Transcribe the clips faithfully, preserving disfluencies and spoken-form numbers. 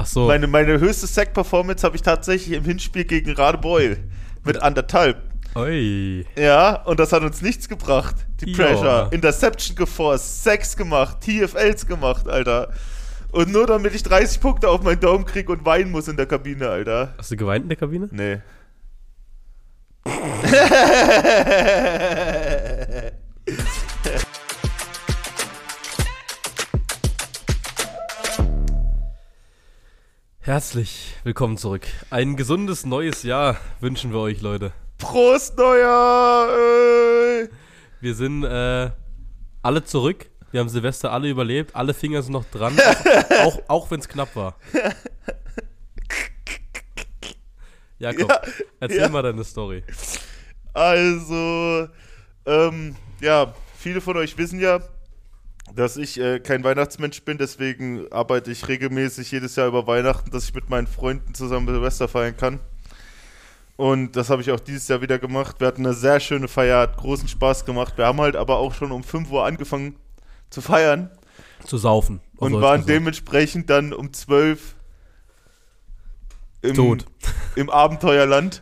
Ach so. Meine, meine höchste Sack-Performance habe ich tatsächlich im Hinspiel gegen Radebeul mit anderthalb. Oi. Ja, und das hat uns nichts gebracht. Die Ja. Pressure. Interception geforst, Sacks gemacht, T F Ls gemacht, Alter. Und nur damit ich dreißig Punkte auf meinen Daumen krieg und weinen muss in der Kabine, Alter. Hast du geweint in der Kabine? Nee. Herzlich willkommen zurück. Ein gesundes neues Jahr wünschen wir euch, Leute. Prost, Neujahr! Ey. Wir sind äh, alle zurück. Wir haben Silvester alle überlebt. Alle Finger sind noch dran. auch auch wenn es knapp war. Jakob, Ja, erzähl ja. mal deine Story. Also, ähm, ja, viele von euch wissen ja, dass ich äh, kein Weihnachtsmensch bin, deswegen arbeite ich regelmäßig jedes Jahr über Weihnachten, dass ich mit meinen Freunden zusammen Silvester feiern kann. Und das habe ich auch dieses Jahr wieder gemacht. Wir hatten eine sehr schöne Feier, hat großen Spaß gemacht. Wir haben halt aber auch schon um fünf Uhr angefangen zu feiern Zu saufen. auf und Deutsch waren gesagt. dementsprechend dann um zwölf im, Tot. im Abenteuerland.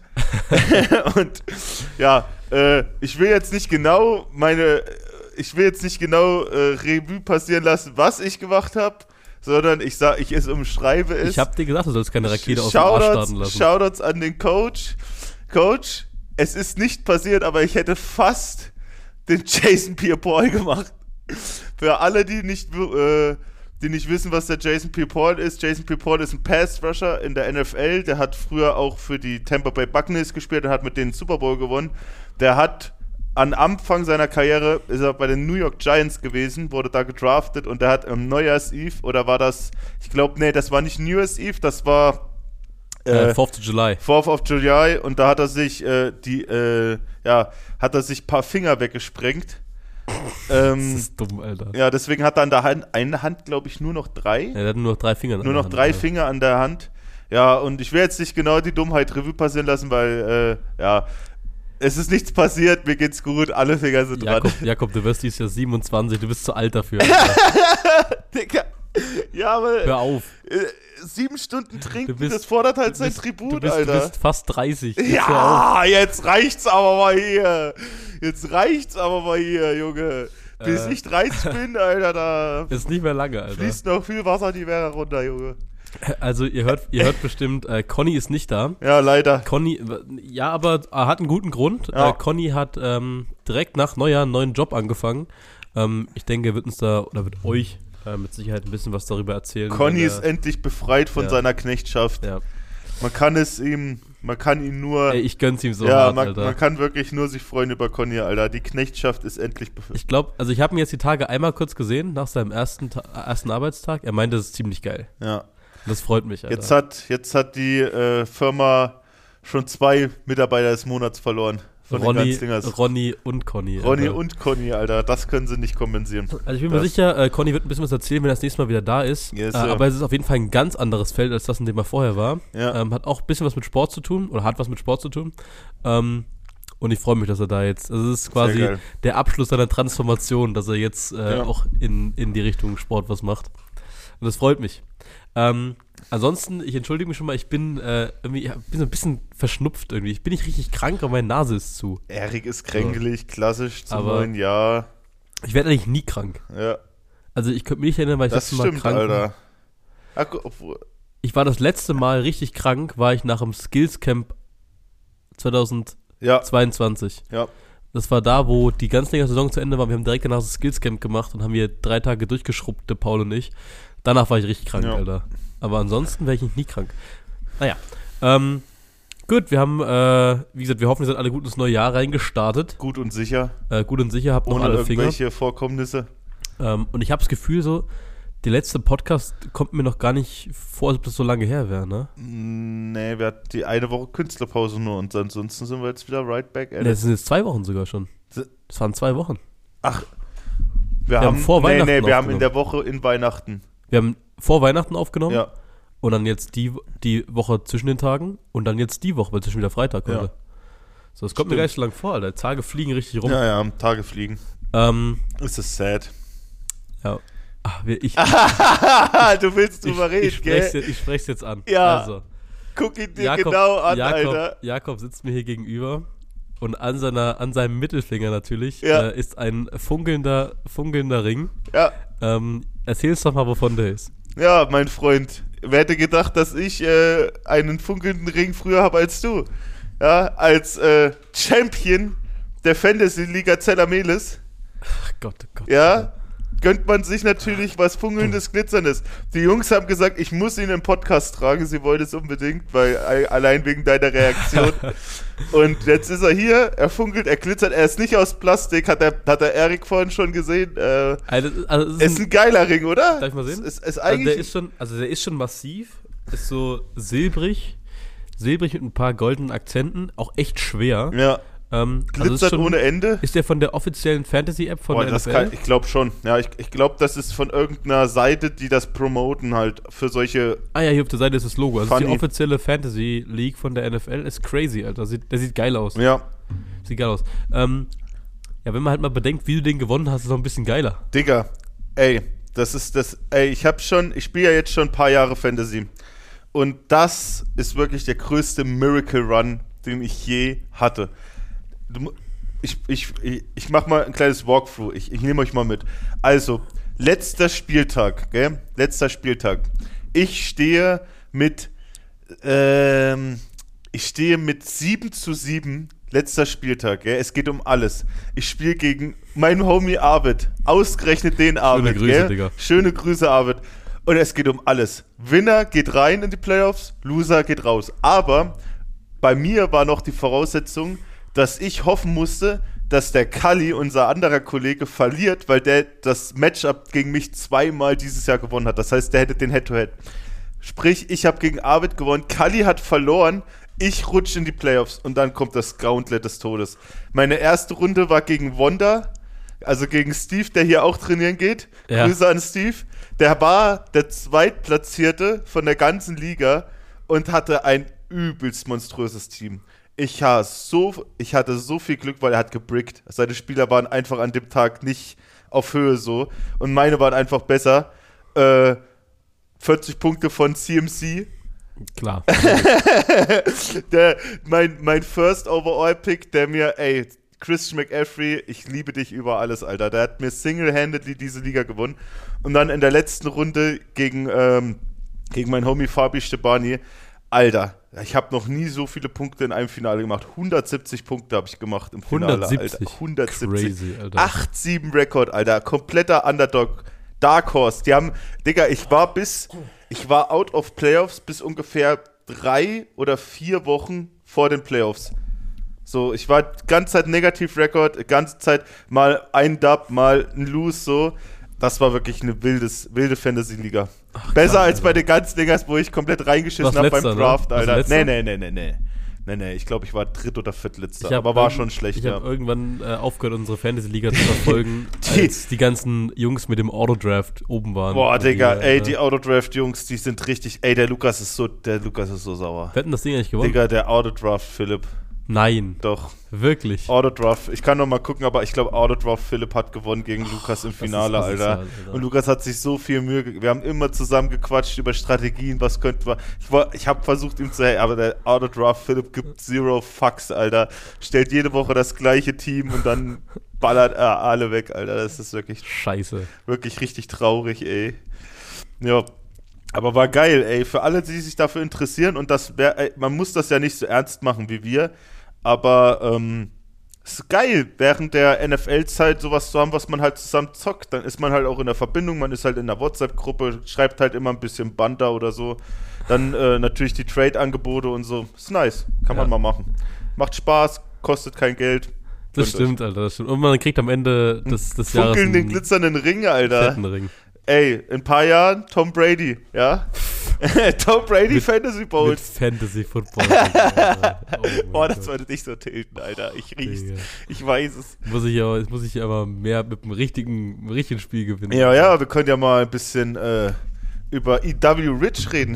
Und ja, äh, ich will jetzt nicht genau meine, ich will jetzt nicht genau äh, Revue passieren lassen, was ich gemacht habe, sondern ich sag, ich es umschreibe es. Ich hab dir gesagt, du sollst keine Rakete aus dem Arsch starten Shoutouts, lassen. Shoutouts an den Coach. Coach, es ist nicht passiert, aber ich hätte fast den Jason Pierre-Paul gemacht. Für alle, die nicht, äh, die nicht wissen, was der Jason Pierre-Paul ist. Jason Pierre-Paul ist ein Pass-Rusher in der N F L. Der hat früher auch für die Tampa Bay Buccaneers gespielt und hat mit denen den Super Bowl gewonnen. Der hat am Anfang seiner Karriere, ist er bei den New York Giants gewesen, wurde da gedraftet und der hat am Neujahrs-Eve, oder war das, ich glaube, nee, das war nicht New Year's Eve, das war Äh, äh, Fourth of July. Fourth of July, und da hat er sich äh, die, äh, ja, hat er sich ein paar Finger weggesprengt. ähm, Das ist dumm, Alter. ja, deswegen hat er an der Hand, eine Hand, glaube ich, nur noch drei. Ja, der hat nur noch drei Finger. nur noch drei Finger an der Hand. Ja, und ich will jetzt nicht genau die Dummheit Revue passieren lassen, weil, äh, ja, es ist nichts passiert, mir geht's gut, alle Finger sind Jakob, dran. Jakob, du wirst dieses Jahr siebenundzwanzig, du bist zu alt dafür. Digga. Ja, aber Hör auf. äh, sieben Stunden trinken, Du bist- das fordert halt Du sein bist, Tribut, du bist, Alter. Du bist fast dreißig. Jetzt hör auf. Ja, jetzt reicht's aber mal hier. Jetzt reicht's aber mal hier, Junge. Bis Äh. ich dreißig bin, Alter, da Ist nicht mehr lange, Alter. fließt noch viel Wasser die Wehr runter, Junge. Also ihr hört, ihr hört bestimmt, äh, Conny ist nicht da. Ja, leider. Conny, ja, aber er hat einen guten Grund. Ja. Äh, Conny hat ähm, direkt nach Neujahr einen neuen Job angefangen. Ähm, ich denke, er wird uns da, oder wird euch äh, mit Sicherheit ein bisschen was darüber erzählen. Conny wenn ist er- endlich befreit von Ja. seiner Knechtschaft. Ja. Man kann es ihm, man kann ihn nur, Ey, ich gönn's ihm so ja, hart, man, Alter. man kann wirklich nur sich freuen über Conny, Alter. Die Knechtschaft ist endlich befreit. Ich glaube, also ich habe ihn jetzt die Tage einmal kurz gesehen, nach seinem ersten, Ta- ersten Arbeitstag. Er meinte, das ist ziemlich geil. Ja. Und das freut mich, Alter. Jetzt hat, jetzt hat die äh, Firma schon zwei Mitarbeiter des Monats verloren. Von den Ronny, ganzen Dingers. Ronny und Conny. Ronny Alter. und Conny, Alter. Das können sie nicht kompensieren. Also ich bin mir Das- sicher, äh, Conny wird ein bisschen was erzählen, wenn er das nächste Mal wieder da ist. Yes, äh, sir. aber es ist auf jeden Fall ein ganz anderes Feld, als das, in dem er vorher war. Ja. Ähm, hat auch ein bisschen was mit Sport zu tun, oder hat was mit Sport zu tun. Ähm, und ich freue mich, dass er da jetzt, also es ist quasi geil. der Abschluss seiner Transformation, dass er jetzt äh, Ja. auch in, in die Richtung Sport was macht. Und das freut mich. Ähm, ansonsten, ich entschuldige mich schon mal, ich bin äh, irgendwie, ich bin so ein bisschen verschnupft irgendwie. Ich bin nicht richtig krank, aber meine Nase ist zu. Erik ist kränkelig, klassisch zum Aber- neuen Jahr. Ich werde eigentlich nie krank. Ja, Also ich könnte mich nicht erinnern, weil ich das letztes Mal stimmt, krank war. Alter. Ach, gu- obwohl- Ich war das letzte Mal richtig krank, war ich nach dem Skills-Camp zweitausendzweiundzwanzig. ja, ja. Das war da, wo die ganz längere Saison zu Ende war. Wir haben direkt danach das Skills-Camp gemacht und haben hier drei Tage durchgeschrubbt, der Paul und ich. Danach war ich richtig krank, Ja. Alter. Aber ansonsten wäre ich nie krank. Naja. Ähm, gut, wir haben, äh, wie gesagt, wir hoffen, ihr seid alle gut ins neue Jahr reingestartet. Gut und sicher, Äh, gut und sicher, habt noch ohne alle Finger. irgendwelche Vorkommnisse. Ähm, und ich habe das Gefühl so, der letzte Podcast kommt mir noch gar nicht vor, als ob das so lange her wäre, ne? Mm, Nee, wir hatten die eine Woche Künstlerpause nur und ansonsten sind wir jetzt wieder right back at Ne, it. das sind jetzt zwei Wochen sogar schon. S- Das waren zwei Wochen. Ach, wir, haben haben vor nee, Weihnachten nee, wir haben in aufgenommen. der Woche in Weihnachten. Wir haben vor Weihnachten aufgenommen Ja, und dann jetzt die, die Woche zwischen den Tagen und dann jetzt die Woche, weil zwischen wieder Freitag Ja. heute. So, das kommt mir Stimmt. gar nicht so lang vor, Alter. Tage fliegen richtig rum. ja, ja, Tage fliegen. Ähm, Ist das sad. ja. Ach, wir- ich, Du willst ich, drüber reden, ich, spreche gell? es ich spreche jetzt an. Ja. Also, Guck ihn dir Jakob, genau an, Jakob, Alter. Jakob sitzt mir hier gegenüber und an, seiner, an seinem Mittelfinger natürlich Ja. äh, ist ein funkelnder, funkelnder Ring. Ja. Ähm, erzähl uns doch mal, wovon der ist. Ja, mein Freund. Wer hätte gedacht, dass ich äh, einen funkelnden Ring früher habe als du? Ja, als äh, Champion der Fantasy-Liga Zellamelis. Ach Gott, oh Gott. Ja, gönnt man sich natürlich was Funkelndes, Glitzerndes. Die Jungs haben gesagt, ich muss ihn im Podcast tragen. Sie wollen es unbedingt, weil äh, allein wegen deiner Reaktion. Und jetzt ist er hier, er funkelt, er glitzert. Er ist nicht aus Plastik, hat der, hat der Erik vorhin schon gesehen. Äh, Also, also, es ist ist ein geiler Ring, oder? Darf ich mal sehen? Ist, ist, ist Also eigentlich der ist schon, also der ist schon massiv, ist so silbrig, silbrig mit ein paar goldenen Akzenten, auch echt schwer. ja, Ähm, also glitzert ist, schon, ohne Ende. ist der von der offiziellen Fantasy-App von Boah, der das N F L? kann, ich glaube schon. Ja, ich, ich glaube, das ist von irgendeiner Seite, die das promoten halt für solche. Ah ja, hier auf der Seite ist das Logo. Also Funny. die offizielle Fantasy League von der N F L ist crazy, Alter. Sieht, der sieht geil aus. Ja, Sieht geil aus. Ähm, ja, wenn man halt mal bedenkt, wie du den gewonnen hast, ist es noch ein bisschen geiler. Digga, ey, das ist das. Ey, ich hab schon, ich spiele ja jetzt schon ein paar Jahre Fantasy. Und das ist wirklich der größte Miracle Run, den ich je hatte. Du, mu- ich, ich, ich, ich mach mal ein kleines Walkthrough. Ich, ich nehme euch mal mit. Also, letzter Spieltag, gell? Letzter Spieltag. Ich stehe mit, ähm, ich stehe mit sieben zu sieben. Letzter Spieltag, gell? Es geht um alles. Ich spiele gegen meinen Homie Arvid. Ausgerechnet den Arvid, Grüße, gell? Digga. Schöne Grüße, Arvid. Und es geht um alles. Winner geht rein in die Playoffs, Loser geht raus. Aber bei mir war noch die Voraussetzung, dass ich hoffen musste, dass der Kalli, unser anderer Kollege, verliert, weil der das Matchup gegen mich zweimal dieses Jahr gewonnen hat. Das heißt, der hätte den Head-to-Head. Sprich, ich habe gegen Arvid gewonnen, Kalli hat verloren, ich rutsche in die Playoffs und dann kommt das Gauntlet des Todes. Meine erste Runde war gegen Wanda, also gegen Steve, der hier auch trainieren geht. Ja. Grüße an Steve. Der war der Zweitplatzierte von der ganzen Liga und hatte ein übelst monströses Team. Ich, ha so, ich hatte so viel Glück, weil er hat gebrickt. Seine Spieler waren einfach an dem Tag nicht auf Höhe so. Und meine waren einfach besser. Äh, vierzig Punkte von C M C. Klar. der, mein, mein First Overall Pick, der mir, ey, Christian McCaffrey, ich liebe dich über alles, Alter. Der hat mir single-handedly diese Liga gewonnen. Und dann in der letzten Runde gegen, ähm, gegen mein Homie Fabi Stebani, Alter, ich habe noch nie so viele Punkte in einem Finale gemacht. hundertsiebzig Punkte habe ich gemacht im Finale, hundertsiebzig. Alter. hundertsiebzig. Crazy, Alter. acht sieben Rekord, Alter. Kompletter Underdog. Dark Horse. Die haben, Digga, ich war bis, ich war out of Playoffs bis ungefähr drei oder vier Wochen vor den Playoffs. So, ich war die ganze Zeit Negativ-Rekord, die ganze Zeit mal ein Dub, mal ein Lose, so. Das war wirklich eine wildes, wilde Fantasy-Liga. Besser klar, als Alter. bei den ganzen Diggers, wo ich komplett reingeschissen Warst habe beim letzter, ne? Draft, Warst Alter. letzter? Nee, nee, nee, nee, nee. Nee, nee, ich glaube, ich war dritt- oder viertletzter, Ich hab aber war irgend- schon schlecht, Ich ja. habe irgendwann äh, aufgehört, unsere Fantasy-Liga zu verfolgen, Die- als die ganzen Jungs mit dem Autodraft oben waren. Boah, Und Digga, die, ey, äh, die Autodraft-Jungs, die sind richtig, ey, der Lukas ist so, der Lukas ist so sauer. Wir hatten das Ding eigentlich gewonnen? Digga, der Autodraft Philipp, Nein, doch. wirklich. Autodraft, ich kann noch mal gucken, aber ich glaube, Autodraft Philipp hat gewonnen gegen Lukas im Finale, das ist asozial, Alter. Alter. Und Lukas hat sich so viel Mühe gegeben. Wir haben immer zusammen gequatscht über Strategien, was könnten wir. Ich, war- ich habe versucht, ihm zu helfen, aber der Autodraft Philipp gibt zero Fucks, Alter. Stellt jede Woche das gleiche Team und dann ballert er alle weg, Alter. Das ist wirklich, Scheiße. wirklich richtig traurig, ey. Ja. Aber war geil, ey. Für alle, die sich dafür interessieren, und das wär, ey, man muss das ja nicht so ernst machen wie wir, aber ähm, es ist geil, während der N F L-Zeit sowas zu haben, was man halt zusammen zockt. Dann ist man halt auch in der Verbindung, man ist halt in der WhatsApp-Gruppe, schreibt halt immer ein bisschen Banter oder so. Dann äh, natürlich die Trade-Angebote und so. Ist nice, kann man Ja. mal machen. Macht Spaß, kostet kein Geld. Das Gönnt stimmt, Alter, das stimmt. Und man kriegt am Ende des, des Jahres Funkeln den einen glitzernden Ring, Alter. fetten Ring. Ey, in ein paar Jahren Tom Brady, ja? Tom Brady Mit- Fantasy Bowl. Mit Fantasy Football. Alter. Oh mein Boah, das Gott. sollte dich so tilten, Alter. Ich riech's. Digga. Ich weiß es. Muss ich aber, jetzt muss ich aber mehr mit dem richtigen, mit dem richtigen Spiel gewinnen. Ja, ja, wir können ja mal ein bisschen äh, über E W Rich reden.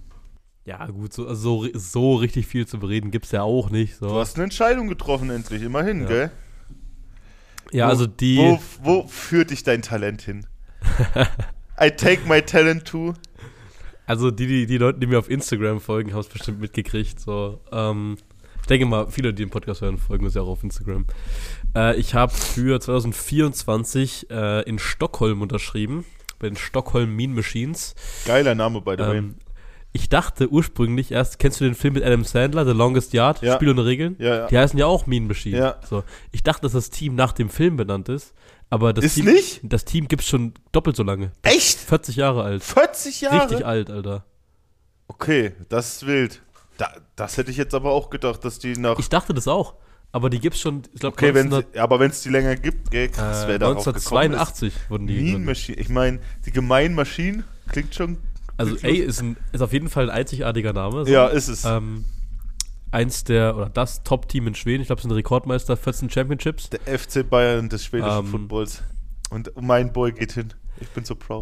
Ja, gut, so, also so, so richtig viel zu bereden gibt's ja auch nicht. So. Du hast eine Entscheidung getroffen, endlich. Immerhin, Ja. gell? ja, Wo- also die. Wo, wo führt dich dein Talent hin? I take my talent too. Also die, die, die Leute, die mir auf Instagram folgen, haben es bestimmt mitgekriegt. So, ähm, ich denke mal, viele, die den Podcast hören, folgen uns ja auch auf Instagram. Äh, ich habe für zwanzig vierundzwanzig äh, in Stockholm unterschrieben, bei den Stockholm Mean Machines. Geiler Name, by the way. Ähm, ich dachte ursprünglich erst, kennst du den Film mit Adam Sandler, The Longest Yard, ja. Spiel ohne Regeln? Ja, ja. Die heißen ja auch Mean Machine. Ja. So, ich dachte, dass das Team nach dem Film benannt ist, aber das Ist Team, nicht? das Team gibt's schon doppelt so lange. Echt? vierzig Jahre alt. vierzig Jahre? Richtig alt, Alter. Okay, das ist wild. Da, das hätte ich jetzt aber auch gedacht, dass die nach... Ich dachte das auch, aber die gibt's schon, ich glaube, Okay, wenn sie, aber wenn es die länger gibt, gell, krass, äh, wer darauf gekommen neunzehnhundertzweiundachtzig wurden die ist. Mean gegründet. Machine. Ich meine, die gemeinen Maschinen klingt schon... Also klingt A ist, ein, ist auf jeden Fall ein einzigartiger Name. So. Ja, ist es. Ähm, eins der, oder das Top-Team in Schweden, ich glaube, sind Rekordmeister, vierzehn Championships. Der F C Bayern des schwedischen Ähm, Footballs. Und mein Boy geht hin. Ich bin so proud.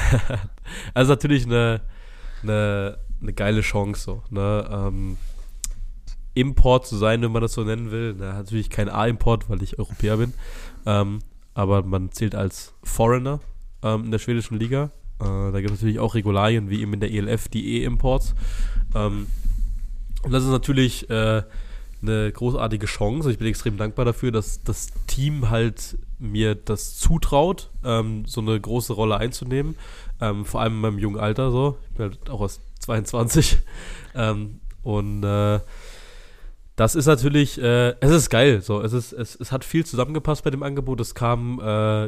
Also natürlich eine, eine, eine geile Chance, so, ne? Ähm, Import zu sein, wenn man das so nennen will. Na, natürlich kein A-Import, weil ich Europäer bin. Ähm, aber man zählt als Foreigner ähm, in der schwedischen Liga. Äh, da gibt es natürlich auch Regularien, wie eben in der E L F, die E-Imports. Ähm, und das ist natürlich äh, eine großartige Chance. Ich bin extrem dankbar dafür, dass das Team halt mir das zutraut, ähm, so eine große Rolle einzunehmen. Ähm, vor allem in meinem jungen Alter so. Ich bin halt auch aus zweiundzwanzig. Ähm, und äh, das ist natürlich, äh, es ist geil. So. Es, ist, es, es hat viel zusammengepasst bei dem Angebot. Es kam äh,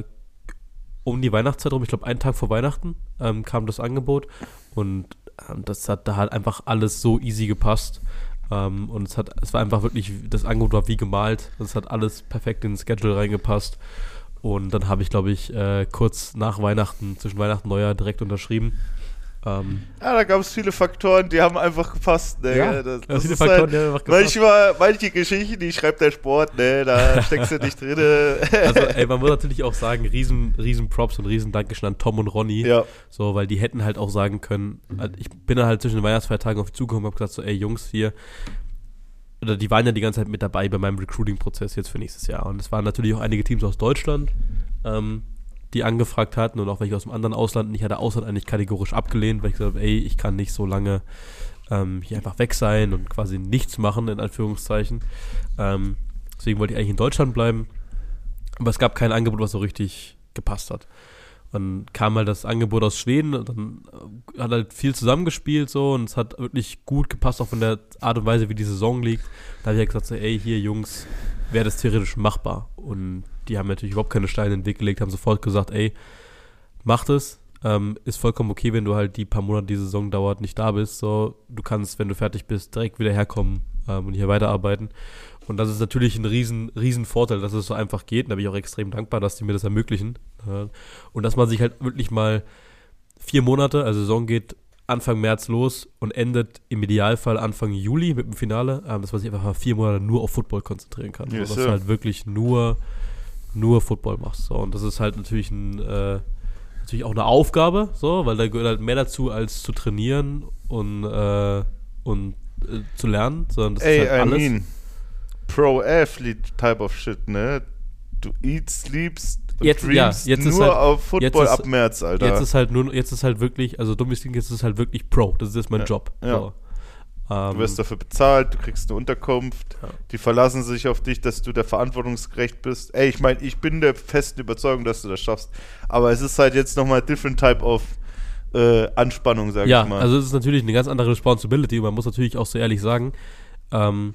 um die Weihnachtszeit rum, ich glaube einen Tag vor Weihnachten, ähm, kam das Angebot. Und ähm, das hat da halt einfach alles so easy gepasst. Um, und es hat, es war einfach wirklich, das Angebot war wie gemalt. Es hat alles perfekt in den Schedule reingepasst. Und dann habe ich, glaube ich, äh, kurz nach Weihnachten, zwischen Weihnachten und Neujahr direkt unterschrieben. Um, Ja, da gab es viele Faktoren, die haben einfach gepasst. Ne? Ja, das, ja, das viele ist Faktoren, halt, die haben einfach gepasst. manchmal, manche Geschichten, die schreibt der Sport, ne? Da steckst du nicht drin. Also, ey, man muss natürlich auch sagen, riesen, riesen Props und riesen Dankeschön an Tom und Ronny. Ja. So, weil die hätten halt auch sagen können, also ich bin dann halt zwischen den Weihnachtsfeiertagen auf die zugekommen und hab gesagt so, ey Jungs, hier, oder die waren ja die ganze Zeit mit dabei bei meinem Recruiting-Prozess jetzt für nächstes Jahr. Und es waren natürlich auch einige Teams aus Deutschland, ähm, die angefragt hatten und auch welche aus dem anderen Ausland. Und ich hatte Ausland eigentlich kategorisch abgelehnt, weil ich gesagt habe, ey, ich kann nicht so lange ähm, hier einfach weg sein und quasi nichts machen, in Anführungszeichen. Ähm, deswegen wollte ich eigentlich in Deutschland bleiben. Aber es gab kein Angebot, was so richtig gepasst hat. Dann kam halt das Angebot aus Schweden und dann hat halt viel zusammengespielt so und es hat wirklich gut gepasst, auch von der Art und Weise, wie die Saison liegt. Da habe ich halt gesagt, so, ey, hier Jungs, wäre das theoretisch machbar. Und die haben natürlich überhaupt keine Steine in den Weg gelegt, haben sofort gesagt, ey, macht es. Ähm, ist vollkommen okay, wenn du halt die paar Monate, die Saison dauert, nicht da bist. So, du kannst, wenn du fertig bist, direkt wieder herkommen ähm, und hier weiterarbeiten. Und das ist natürlich ein riesen, riesen Vorteil, dass es so einfach geht. Und da bin ich auch extrem dankbar, dass die mir das ermöglichen. Und dass man sich halt wirklich mal vier Monate, also Saison geht Anfang März los und endet im Idealfall Anfang Juli mit dem Finale, dass man sich einfach mal vier Monate nur auf Football konzentrieren kann. Yes, so, dass du halt wirklich nur, nur Football machst. So. Und das ist halt natürlich ein, äh, natürlich auch eine Aufgabe, so, weil da gehört halt mehr dazu, als zu trainieren und, äh, und äh, zu lernen. Sondern das Ey, ist halt alles. I mean, Pro-Athlete type of shit, ne? Du eat, sleepst und Jetzt, ja, dreamst jetzt ist nur halt- auf Football jetzt ist- ab März, Alter. Jetzt ist halt nur, jetzt ist halt wirklich, also dumm ist jetzt ist halt wirklich Pro. Das ist jetzt mein Ja. Job. Ja. So. Ähm, Du wirst dafür bezahlt, du kriegst eine Unterkunft, Ja. die verlassen sich auf dich, dass du der verantwortungsgerecht bist. Ey, ich meine, ich bin der festen Überzeugung, dass du das schaffst. Aber es ist halt jetzt nochmal different type of äh, Anspannung, sag ja, ich mal. also es ist natürlich eine ganz andere Responsibility und man muss natürlich auch so ehrlich sagen, ähm,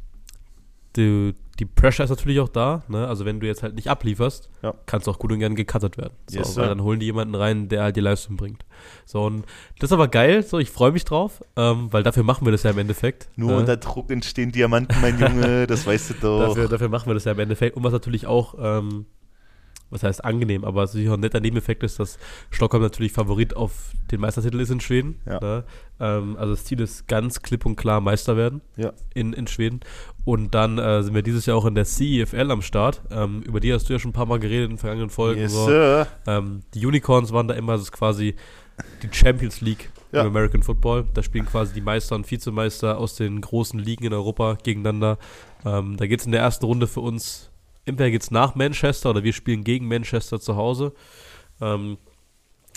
die, die Pressure ist natürlich auch da, ne? Also wenn du jetzt halt nicht ablieferst, Ja. kannst du auch gut und gern gecuttet werden. So, Yes, weil sir. dann holen die jemanden rein, der halt die Leistung bringt. So, und das ist aber geil, so, ich freue mich drauf, ähm, weil dafür machen wir das ja im Endeffekt. Nur ne? unter Druck entstehen Diamanten, mein Junge, das weißt du doch. Dafür, dafür machen wir das ja im Endeffekt. Und was natürlich auch, ähm, was heißt angenehm, aber was natürlich auch ein netter Nebeneffekt ist, dass Stockholm natürlich Favorit auf den Meistertitel ist in Schweden. Ja. Ne? Ähm, also das Ziel ist ganz klipp und klar Meister werden Ja. in, in Schweden. Und dann äh, sind wir dieses Jahr auch in der C E F L am Start. Ähm, über die hast du ja schon ein paar Mal geredet in den vergangenen Folgen. Yes, so. sir. Ähm, die Unicorns waren da immer, das ist quasi die Champions League Ja. im American Football. Da spielen quasi die Meister und Vizemeister aus den großen Ligen in Europa gegeneinander. Ähm, da geht es in der ersten Runde für uns, entweder geht es nach Manchester oder wir spielen gegen Manchester zu Hause. Ähm,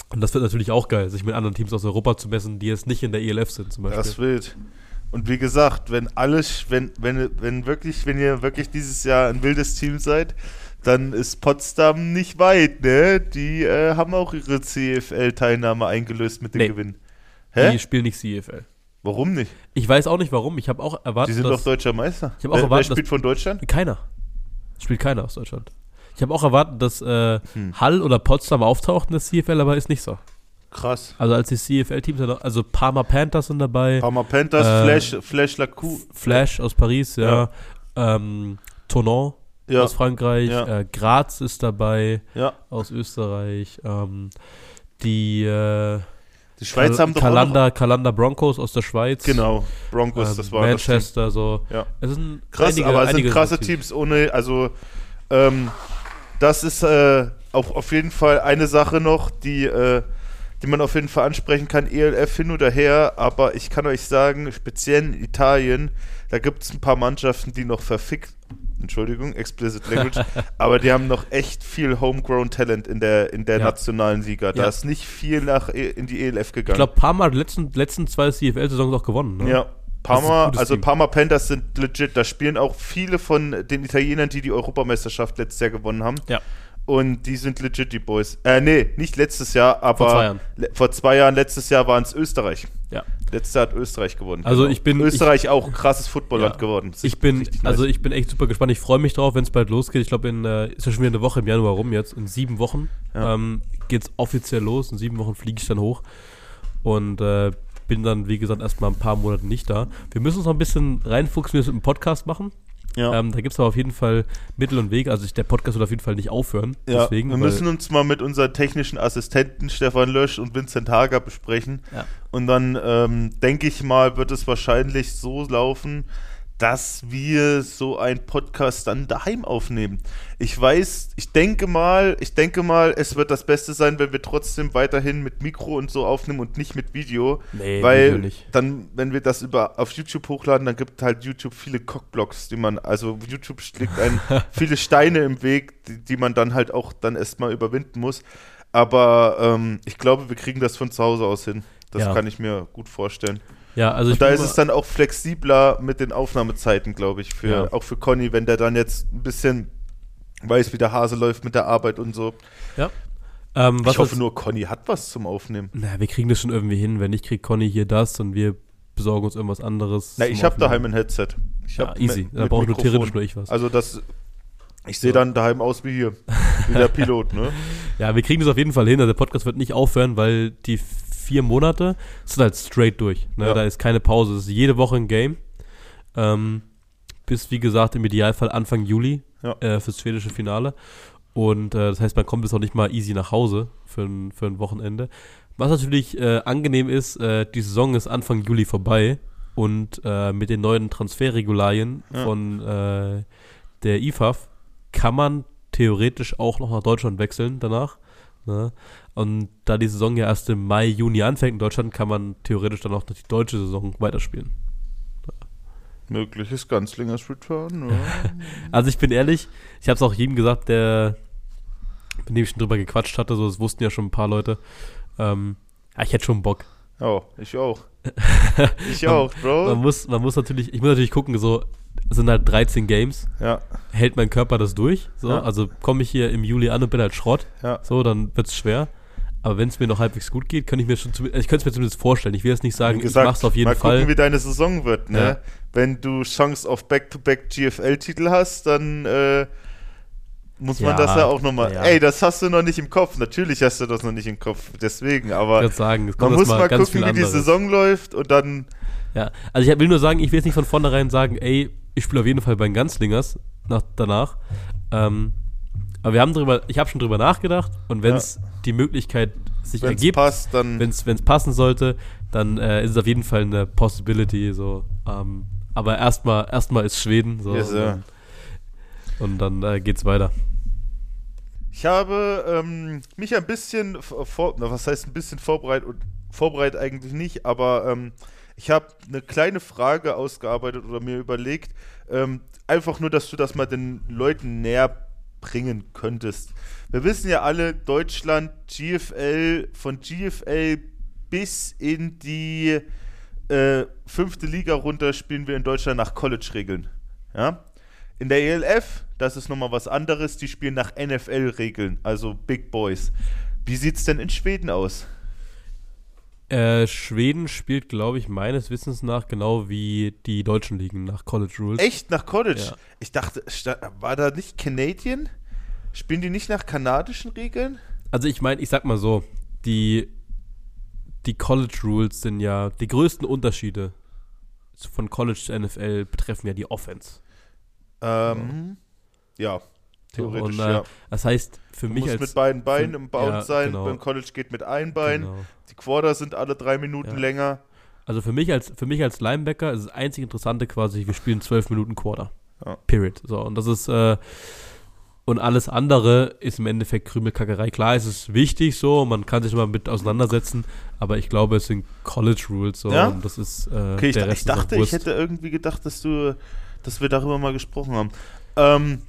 Und das wird natürlich auch geil, sich mit anderen Teams aus Europa zu messen, die jetzt nicht in der E L F sind zum Beispiel. Das wild. Und wie gesagt, wenn alles, wenn, wenn, wenn wirklich, wenn ihr wirklich dieses Jahr ein wildes Team seid, dann ist Potsdam nicht weit, ne? Die äh, haben auch ihre C F L-Teilnahme eingelöst mit dem Nee. Gewinn. Hä? Die spielen nicht C F L. Warum nicht? Ich weiß auch nicht warum. Ich habe auch erwartet, Die sind dass doch deutscher Meister. Ich hab auch wer, erwartet, wer spielt von Deutschland? keiner. Spielt keiner aus Deutschland. Ich habe auch erwartet, dass äh, Hm. Hull oder Potsdam auftaucht in der C F L, aber ist nicht so. Krass. Also als die C F L-Teams, also Parma Panthers sind dabei, Parma Panthers, Äh, Flash, Flash Lacou. Flash aus Paris, ja, ähm, Tonon Ja, aus Frankreich, Ja. äh, Graz ist dabei ja. aus Österreich, ähm, die äh, Die Schweiz Kal- haben doch auch Kalander, Kalander Broncos aus der Schweiz. noch, Genau, Broncos, ähm, das war das Team. Manchester, so. Ja. Es sind Krass, einige, aber es sind einige krasse Teams ohne, also ähm, das ist äh, auch auf jeden Fall eine Sache noch, die, äh, die man auf jeden Fall ansprechen kann, E L F hin oder her, aber ich kann euch sagen, speziell in Italien, da gibt es ein paar Mannschaften, die noch verfickt, Entschuldigung, explicit language, aber die haben noch echt viel Homegrown Talent in der, in der Ja. nationalen Liga. Da Ja. ist nicht viel nach E- in die E L F Ich gegangen. glaube, Parma hat die letzten, letzten zwei C F L-Saisons auch gewonnen. Ne? Ja, Das ist ein Parma, gutes also Team. Parma Panthers sind legit. Da spielen auch viele von den Italienern, die die Europameisterschaft letztes Jahr gewonnen haben. Ja. Und die sind legit, die Boys. Äh, nee, nicht letztes Jahr, aber Vor zwei Jahren. Le- vor zwei Jahren, letztes Jahr waren es Österreich. Ja. Letztes Jahr hat Österreich gewonnen. Also ich bin- Österreich auch ein krasses Footballland Ja. geworden. Ich bin, Richtig also nice. ich bin echt super gespannt. Ich freue mich drauf, wenn es bald losgeht. Ich glaube, in äh, ist ja schon wieder eine Woche im Januar rum jetzt. In sieben Wochen Ja. ähm, geht es offiziell los. In sieben Wochen fliege ich dann hoch und äh, bin dann, wie gesagt, erstmal ein paar Monate nicht da. Wir müssen uns noch ein bisschen reinfuchsen, wie wir es mit dem Podcast machen. ja. Ähm, da gibt es aber auf jeden Fall Mittel und Wege. Also ich, der Podcast wird auf jeden Fall nicht aufhören. Ja, Deswegen, wir weil- müssen uns mal mit unseren technischen Assistenten Stefan Lösch und Vincent Hager besprechen. Ja. Und dann ähm, denke ich mal, wird es wahrscheinlich so laufen, dass wir so einen Podcast dann daheim aufnehmen. Ich weiß, ich denke mal, ich denke mal, es wird das Beste sein, wenn wir trotzdem weiterhin mit Mikro und so aufnehmen und nicht mit Video. Nee, weil Video nicht. dann, wenn wir das über auf YouTube hochladen, dann gibt halt YouTube viele Cockblocks, die man, also YouTube schlägt einen viele Steine im Weg, die, die man dann halt auch dann erstmal überwinden muss. Aber ähm, ich glaube, wir kriegen das von zu Hause aus hin. Das Ja. kann ich mir gut vorstellen. Ja, also ich Und da bin ist mal- es dann auch flexibler mit den Aufnahmezeiten, glaube ich, für, Ja. auch für Conny, wenn der dann jetzt ein bisschen weiß, wie der Hase läuft mit der Arbeit und so. ähm, was ich hoffe jetzt- nur, Conny hat was zum Aufnehmen. Na, wir kriegen das schon irgendwie hin. Wenn nicht, kriegt Conny hier das und wir besorgen uns irgendwas anderes. Na, zum ich habe Aufnehmen. daheim ein Headset. Ich Ja, hab easy. mit- Da mit braucht nur Mikrofon. theoretisch nur ich was. Also das, ich sehe So. dann daheim aus wie hier, wie der Pilot, ne? Ja, wir kriegen das auf jeden Fall hin. Also der Podcast wird nicht aufhören, weil die vier Monate sind halt straight durch. Ne? Ja. Da ist keine Pause. Es ist jede Woche ein Game. Ähm, bis, wie gesagt, im Idealfall Anfang Juli Ja. äh, fürs schwedische Finale. Und äh, das heißt, man kommt jetzt auch nicht mal easy nach Hause für ein, für ein Wochenende. Was natürlich äh, angenehm ist, äh, die Saison ist Anfang Juli vorbei. Und äh, mit den neuen Transferregularien Ja. von äh, der I F A F kann man theoretisch auch noch nach Deutschland wechseln danach. Ne? Und da die Saison ja erst im Mai, Juni anfängt in Deutschland, kann man theoretisch dann auch noch die deutsche Saison weiterspielen. Mögliches Ganzlingers Return, ja. Also ich bin ehrlich, ich habe es auch jedem gesagt, der mit dem ich schon drüber gequatscht hatte, so das wussten ja schon ein paar Leute. Ähm, ja, ich hätte schon Bock. Oh, ich auch. Ich Man- auch, Bro. Man muss, man muss natürlich, ich muss natürlich gucken, so es sind halt dreizehn Games, Ja, hält mein Körper das durch? So, Ja. also komme ich hier im Juli an und bin halt Schrott, ja. so, dann wird's schwer. Aber wenn es mir noch halbwegs gut geht, könnte ich mir schon, zum, ich könnte es mir zumindest vorstellen. Ich will jetzt nicht sagen, Wie gesagt, ich mach's auf jeden mal Fall. gucken, wie deine Saison wird, ne? Ja. Wenn du Chance auf Back-to-Back G F L-Titel hast, dann äh, muss man Ja, das ja auch nochmal. ja. Ey, das hast du noch nicht im Kopf. Natürlich hast du das noch nicht im Kopf. Deswegen, Ich aber würde sagen, es man kommt muss jetzt mal ganz gucken, viel wie die anderes. Saison läuft und dann. Ja, also ich will nur sagen, ich will jetzt nicht von vornherein sagen, ey, ich spiele auf jeden Fall bei den Ganzlingers nach, danach. Ähm, aber wir haben drüber, ich habe schon drüber nachgedacht und wenn es die Möglichkeit sich Wenn es ergibt, passt, dann. wenn es passen sollte, dann äh, ist es auf jeden Fall eine Possibility. So, ähm, aber erstmal erstmal ist Schweden so, Yes, und sir. dann, und dann äh, geht's weiter. Ich habe ähm, mich ein bisschen vor, na, was heißt ein bisschen vorbereitet und vorbereitet eigentlich nicht, aber ähm, ich habe eine kleine Frage ausgearbeitet oder mir überlegt, ähm, einfach nur, dass du das mal den Leuten näher bringen könntest. Wir wissen ja alle, Deutschland, G F L, von G F L bis in die äh, fünfte Liga runter spielen wir in Deutschland nach College-Regeln. Ja? In der E L F, das ist nochmal was anderes, die spielen nach N F L-Regeln, also Big Boys. Wie sieht es denn in Schweden aus? Äh, Schweden spielt, glaube ich, meines Wissens nach genau wie die deutschen Ligen nach College Rules. Echt? Nach College? Ja. Ich dachte, war da nicht Canadian? Spielen die nicht nach kanadischen Regeln? Also ich meine, ich sag mal so, die, die College Rules sind ja, die größten Unterschiede von College zu N F L betreffen ja die Offense. Ähm, ja, theoretisch, und, äh, ja. Das heißt, für du mich musst als... mit beiden Beinen für, im Bounce ja, sein, genau. beim College geht mit einem Bein, Genau. die Quarter sind alle drei Minuten Ja. länger. Also für mich als für mich als Linebacker ist das einzig Interessante quasi, wir spielen zwölf Minuten Quarter. Ja. Period. So, und das ist, äh, und alles andere ist im Endeffekt Krümelkackerei. Klar, es ist wichtig so, man kann sich immer mit auseinandersetzen, aber ich glaube, es sind College Rules so, Ja? und das ist äh, Okay, ich, der ich Rest ist auch dachte, ich Wurst. hätte irgendwie gedacht, dass du, dass wir darüber mal gesprochen haben. Ähm,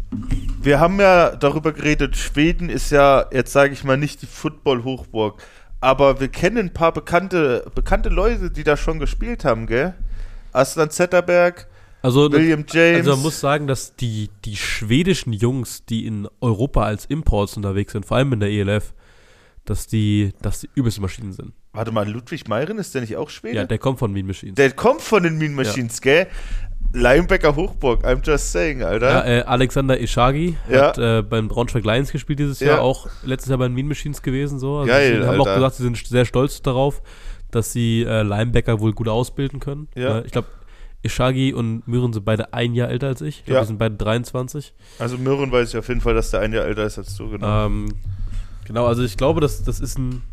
wir haben ja darüber geredet, Schweden ist ja, jetzt sage ich mal, nicht die Football-Hochburg, aber wir kennen ein paar bekannte, bekannte Leute, die da schon gespielt haben, gell? Aslan Zetterberg, Also, William James. also man muss sagen, dass die, die schwedischen Jungs, die in Europa als Imports unterwegs sind, vor allem in der E L F, dass die, dass die übelste Maschinen sind. Warte mal, Ludwig Meiren, ist der nicht auch Schwede? Ja, der kommt von Mean Machines. Der kommt von den Mean Machines, gell? Linebacker Hochburg, I'm just saying, Alter. Ja, äh, Alexander Ishagi Ja. hat äh, beim Braunschweig Lions gespielt dieses Ja. Jahr, auch letztes Jahr bei den Mean Machines gewesen. So. Also Geil, sie haben auch Alter. gesagt, sie sind sehr stolz darauf, dass sie äh, Linebacker wohl gut ausbilden können. Ja. Äh, ich glaube, Ishagi und Myren sind beide ein Jahr älter als ich. Ich glaube, Ja. die sind beide dreiundzwanzig. Also Mürren weiß ich auf jeden Fall, dass der ein Jahr älter ist als du, genau. Ähm, genau, also ich glaube, das, das ist ein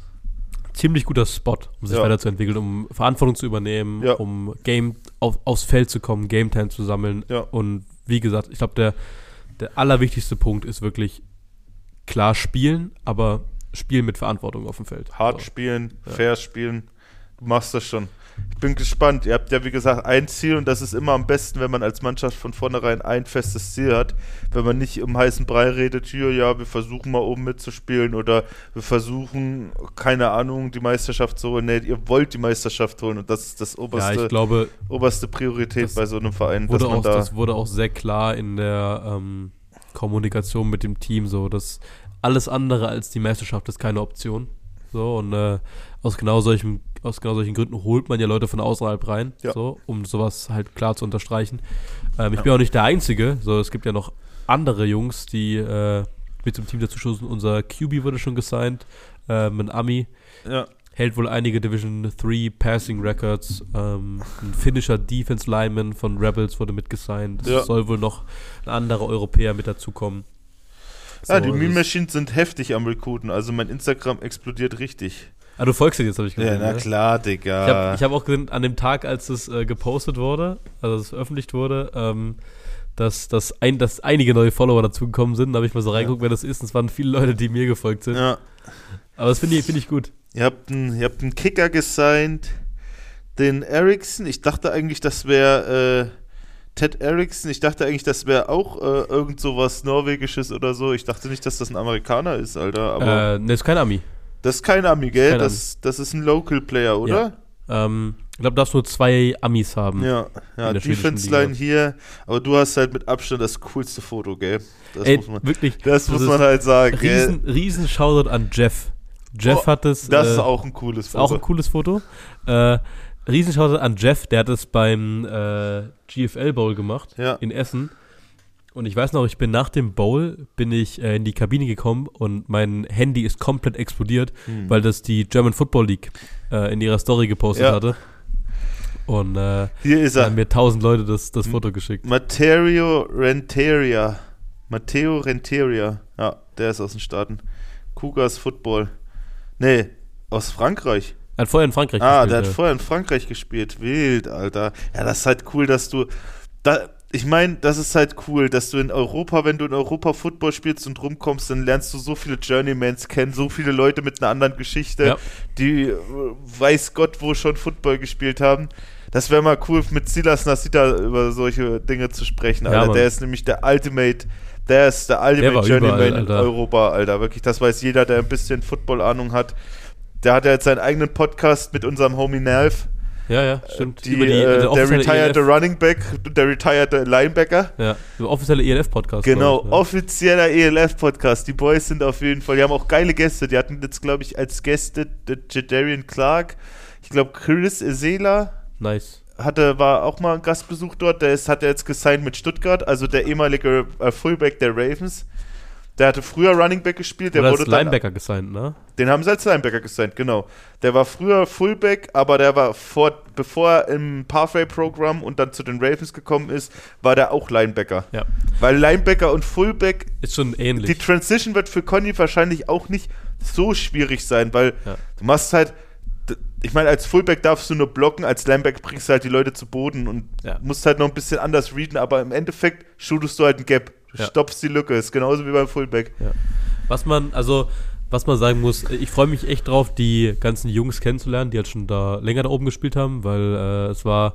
ziemlich guter Spot, um sich Ja. weiterzuentwickeln, um Verantwortung zu übernehmen, Ja. um Game auf, aufs Feld zu kommen, Game Time zu sammeln. Ja. Und wie gesagt, ich glaube, der, der allerwichtigste Punkt ist wirklich klar spielen, aber spielen mit Verantwortung auf dem Feld. Hart So. spielen, Ja. fair spielen, du machst das schon. Ich bin gespannt. Ihr habt ja, wie gesagt, ein Ziel und das ist immer am besten, wenn man als Mannschaft von vornherein ein festes Ziel hat. Wenn man nicht um heißen Brei redet, hier, ja, wir versuchen mal oben mitzuspielen oder wir versuchen, keine Ahnung, die Meisterschaft zu holen. Nee, ihr wollt die Meisterschaft holen und das ist das Ja, oberste, ich glaube, oberste Priorität das bei so einem Verein, wurde dass man auch, da... das wurde auch sehr klar in der ähm, Kommunikation mit dem Team, so dass alles andere als die Meisterschaft ist keine Option. So, und äh, aus genau solchen, aus genau solchen Gründen holt man ja Leute von außerhalb rein, Ja. so, um sowas halt klar zu unterstreichen. Ähm, ich bin auch nicht der Einzige, so, es gibt ja noch andere Jungs, die äh, mit zum Team dazu stoßen. Unser Q B wurde schon gesigned, ähm, ein Ami, Ja, hält wohl einige Division drei Passing Records, ähm, ein finnischer Defense Lineman von Rebels wurde mitgesigned, es Ja. soll wohl noch ein anderer Europäer mit dazukommen. So, ja die das Mean ist- Machines sind heftig am Recruiten, also mein Instagram explodiert richtig. Ah, du folgst dir jetzt, habe ich Ja, gesehen. na ne? klar, Digga. Ich habe ich hab auch gesehen, an dem Tag, als es äh, gepostet wurde, also es veröffentlicht wurde, ähm, dass, dass, ein, dass einige neue Follower dazugekommen sind. Da habe ich mal so reingeguckt, wer das ist. Und es waren viele Leute, die mir gefolgt sind. Ja. Aber das finde ich, find ich gut. Ihr habt einen, ihr habt einen Kicker gesigned, den Eriksson. Ich dachte eigentlich, das wäre äh, Ted Eriksson. Ich dachte eigentlich, das wäre auch äh, irgend sowas Norwegisches oder so. Ich dachte nicht, dass das ein Amerikaner ist, Alter. Aber Äh, ne, ist kein Ami. das ist kein Ami, gell? kein Das, das ist ein Local Player, oder? Ähm, ich glaube, du darfst nur zwei Amis haben. Ja, ja, In der schwedischen Defense Line Liga. hier. Aber du hast halt mit Abstand das coolste Foto, gell? Das Ey, muss man, wirklich. das muss ist man halt sagen, riesen, gell? riesen Shoutout an Jeff. Jeff Oh, hat es. Das äh, ist auch ein cooles ist Foto. auch ein cooles Foto. Äh, riesen Shoutout an Jeff, der hat es beim äh, G F L Bowl gemacht Ja. in Essen. Und ich weiß noch, ich bin nach dem Bowl, bin ich äh, in die Kabine gekommen und mein Handy ist komplett explodiert, Hm. weil das die German Football League äh, in ihrer Story gepostet Ja. hatte. Und äh, Hier ist da er. haben mir tausend Leute das, das Foto geschickt. Matteo Renteria. Matteo Renteria. Ja, der ist aus den Staaten. Cougars Football. Nee, aus Frankreich. Er hat vorher in Frankreich Ah, gespielt. der hat ja. vorher in Frankreich gespielt. Wild, Alter. Ja, das ist halt cool, dass du. Da, ich meine, das ist halt cool, dass du in Europa, wenn du in Europa Football spielst und rumkommst, dann lernst du so viele Journeymans kennen, so viele Leute mit einer anderen Geschichte, Ja. die äh, weiß Gott wo schon Football gespielt haben. Das wäre mal cool, mit Silas Nasita über solche Dinge zu sprechen, Ja, Alter. Mann. Der ist nämlich der Ultimate, Der ist der Ultimate Journeyman in Alter. Europa, Alter. Wirklich, das weiß jeder, der ein bisschen Football-Ahnung hat. Der hat ja jetzt seinen eigenen Podcast mit unserem Homie Nelf. Ja, ja, stimmt. Die, die, äh, der retired Running Back, der retired Linebacker. Ja, der offizielle E L F-Podcast. Genau, ich, ne? offizieller E L F-Podcast. Die Boys sind auf jeden Fall, die haben auch geile Gäste. Die hatten jetzt, glaube ich, als Gäste Jadarian Clark. Ich glaube, Chris Esela. Nice. Hatte, war auch mal ein Gastbesuch dort. Der ist, hat er jetzt gesigned mit Stuttgart, also der ehemalige äh, Fullback der Ravens. Der hatte früher Running Back gespielt. Der Oder wurde als Linebacker gesigned, ne? Den haben sie als Linebacker gesigned, genau. Der war früher Fullback, aber der war vor, bevor er im Pathway-Programm und dann zu den Ravens gekommen ist, war der auch Linebacker. Ja. Weil Linebacker und Fullback ist schon ähnlich. Die Transition wird für Conny wahrscheinlich auch nicht so schwierig sein, weil ja. du machst halt, ich meine, als Fullback darfst du nur blocken, als Linebacker bringst du halt die Leute zu Boden und ja. musst halt noch ein bisschen anders readen, aber im Endeffekt shootest du halt einen Gap. Du ja. stoppst die Lücke, ist genauso wie beim Fullback. Ja. Was man, also, was man sagen muss, ich freue mich echt drauf, die ganzen Jungs kennenzulernen, die halt schon da länger da oben gespielt haben, weil äh, es war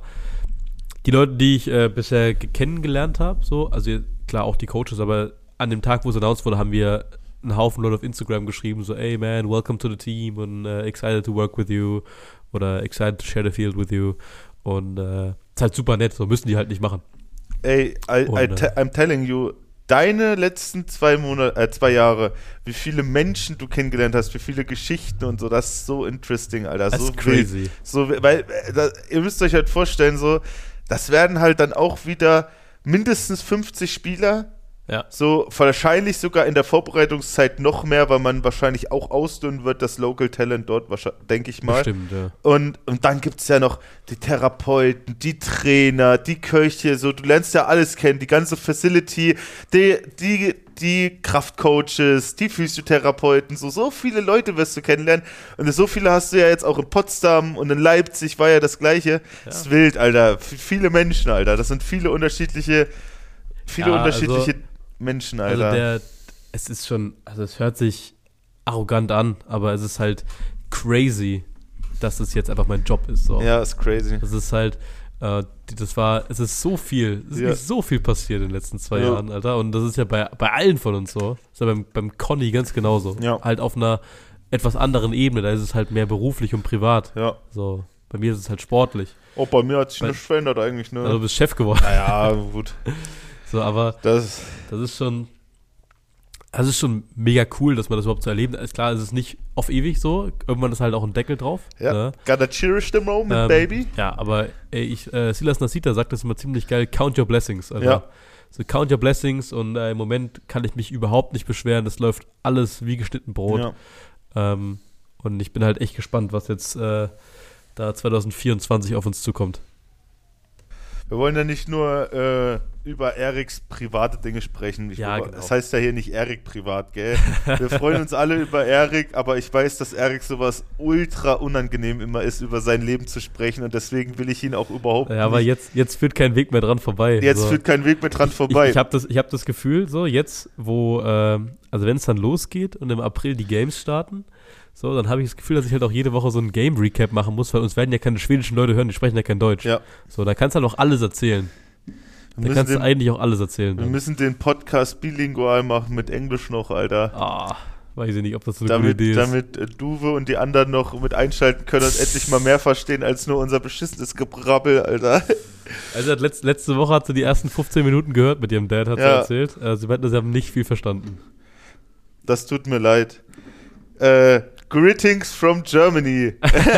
die Leute, die ich äh, bisher kennengelernt habe, so, also klar auch die Coaches, aber an dem Tag, wo es announced wurde, haben wir einen Haufen Leute auf Instagram geschrieben, so, hey man, welcome to the team und uh, excited to work with you oder excited to share the field with you und äh, ist halt super nett, so müssen die halt nicht machen. Ey, I, und, I te- I'm telling you, deine letzten zwei Monate, äh, zwei Jahre, wie viele Menschen du kennengelernt hast, wie viele Geschichten und so, das ist so interesting, Alter. Das so ist crazy. Wild. So, weil, äh, da, ihr müsst euch halt vorstellen, so, das werden halt dann auch wieder mindestens fünfzig Spieler. Ja. So, wahrscheinlich sogar in der Vorbereitungszeit noch mehr, weil man wahrscheinlich auch ausdünnen wird, das Local Talent dort, denke ich mal. Stimmt, ja. Und, und dann gibt es ja noch die Therapeuten, die Trainer, die Köche, so, du lernst ja alles kennen, die ganze Facility, die, die, die Kraftcoaches, die Physiotherapeuten, so, so viele Leute wirst du kennenlernen. Und so viele hast du ja jetzt auch in Potsdam und in Leipzig war ja das Gleiche. Ja. Das ist wild, Alter. F- viele Menschen, Alter. Das sind viele unterschiedliche, viele ja, unterschiedliche also Menschen, Alter. Also der, es ist schon, also es hört sich arrogant an, aber es ist halt crazy, dass es jetzt einfach mein Job ist. So. Ja, ist crazy. Das ist halt, äh, das war, es ist so viel, es ist Ja. nicht so viel passiert in den letzten zwei Ja. Jahren, Alter. Und das ist ja bei, bei allen von uns so. Das ist ja beim, beim Conny ganz genauso. Ja. Halt auf einer etwas anderen Ebene, da ist es halt mehr beruflich und privat. Ja. So, bei mir ist es halt sportlich. Oh, bei mir hat sich Weil- nichts verändert eigentlich, ne? Also du bist Chef geworden. Naja, gut. So, aber Das, das ist schon, das ist schon mega cool, dass man das überhaupt so erleben. Ist klar, es ist nicht auf ewig so. Irgendwann ist halt auch ein Deckel drauf. ja, Ne? gotta cherish the moment, Ähm, baby. Ja, aber ey, ich, äh, Silas Nasita sagt das immer ziemlich geil, count your blessings. Alter. Ja. So count your blessings und äh, im Moment kann ich mich überhaupt nicht beschweren. Es läuft alles wie geschnitten Brot. Ja. Ähm, und ich bin halt echt gespannt, was jetzt äh, da zwanzig vierundzwanzig auf uns zukommt. Wir wollen ja nicht nur äh, über Eriks private Dinge sprechen. Ich Ja, glaube, genau. Das heißt ja hier nicht Erik privat, gell? Wir freuen uns alle über Erik, aber ich weiß, dass Erik sowas ultra unangenehm immer ist, über sein Leben zu sprechen und deswegen will ich ihn auch überhaupt Ja, aber nicht. jetzt, jetzt führt kein Weg mehr dran vorbei. Jetzt so. führt kein Weg mehr dran vorbei. Ich, ich habe das, ich hab das Gefühl, so jetzt, wo, ähm, also wenn es dann losgeht und im April die Games starten, so, dann habe ich das Gefühl, dass ich halt auch jede Woche so ein Game-Recap machen muss, weil uns werden ja keine schwedischen Leute hören, die sprechen ja kein Deutsch. Ja. So, da kannst du halt auch alles erzählen. wir Da müssen, kannst du den, eigentlich auch alles erzählen. wir Dann. müssen den Podcast bilingual machen mit Englisch noch, Alter. Ah, weiß ich nicht, ob das so eine Damit, gute Idee ist. damit äh, Duwe und die anderen noch mit einschalten können und endlich mal mehr verstehen als nur unser beschissenes Gebrabbel, Alter. Also hat letzt, letzte Woche hat sie die ersten fünfzehn Minuten gehört mit ihrem Dad, hat sie Ja. erzählt. Äh, sie meinten, sie haben nicht viel verstanden. Das tut mir leid. Äh, greetings from Germany.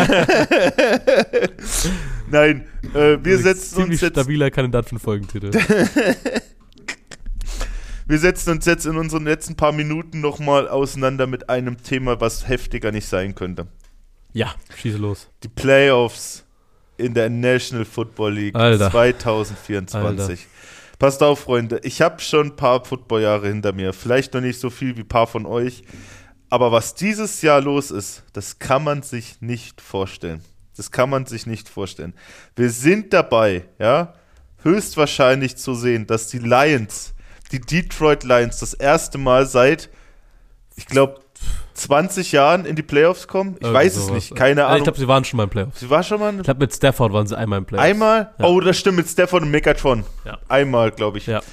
Nein, äh, wir Also setzen ziemlich uns jetzt, stabiler Kandidat für einen Folgentitel. wir setzen uns jetzt in unseren letzten paar Minuten nochmal auseinander mit einem Thema, was heftiger nicht sein könnte. Ja, schieße los. Die Playoffs in der National Football League Alter. zwanzig vierundzwanzig. Alter. Passt auf, Freunde, ich habe schon ein paar Footballjahre hinter mir. Vielleicht noch nicht so viel wie ein paar von euch. Aber was dieses Jahr los ist, das kann man sich nicht vorstellen. Das kann man sich nicht vorstellen. Wir sind dabei, ja, höchstwahrscheinlich zu sehen, dass die Lions, die Detroit Lions, das erste Mal seit, ich glaube, zwanzig Jahren in die Playoffs kommen. Ich Irgendwie weiß es sowas. nicht, keine Ja, Ahnung. ich glaube, sie waren schon mal im Playoffs. Sie war schon mal Ich glaube, mit Stafford waren sie einmal im Playoffs. einmal? Ja. Oh, das stimmt, mit Stafford und Megatron. Ja. Einmal, glaube ich. Ja.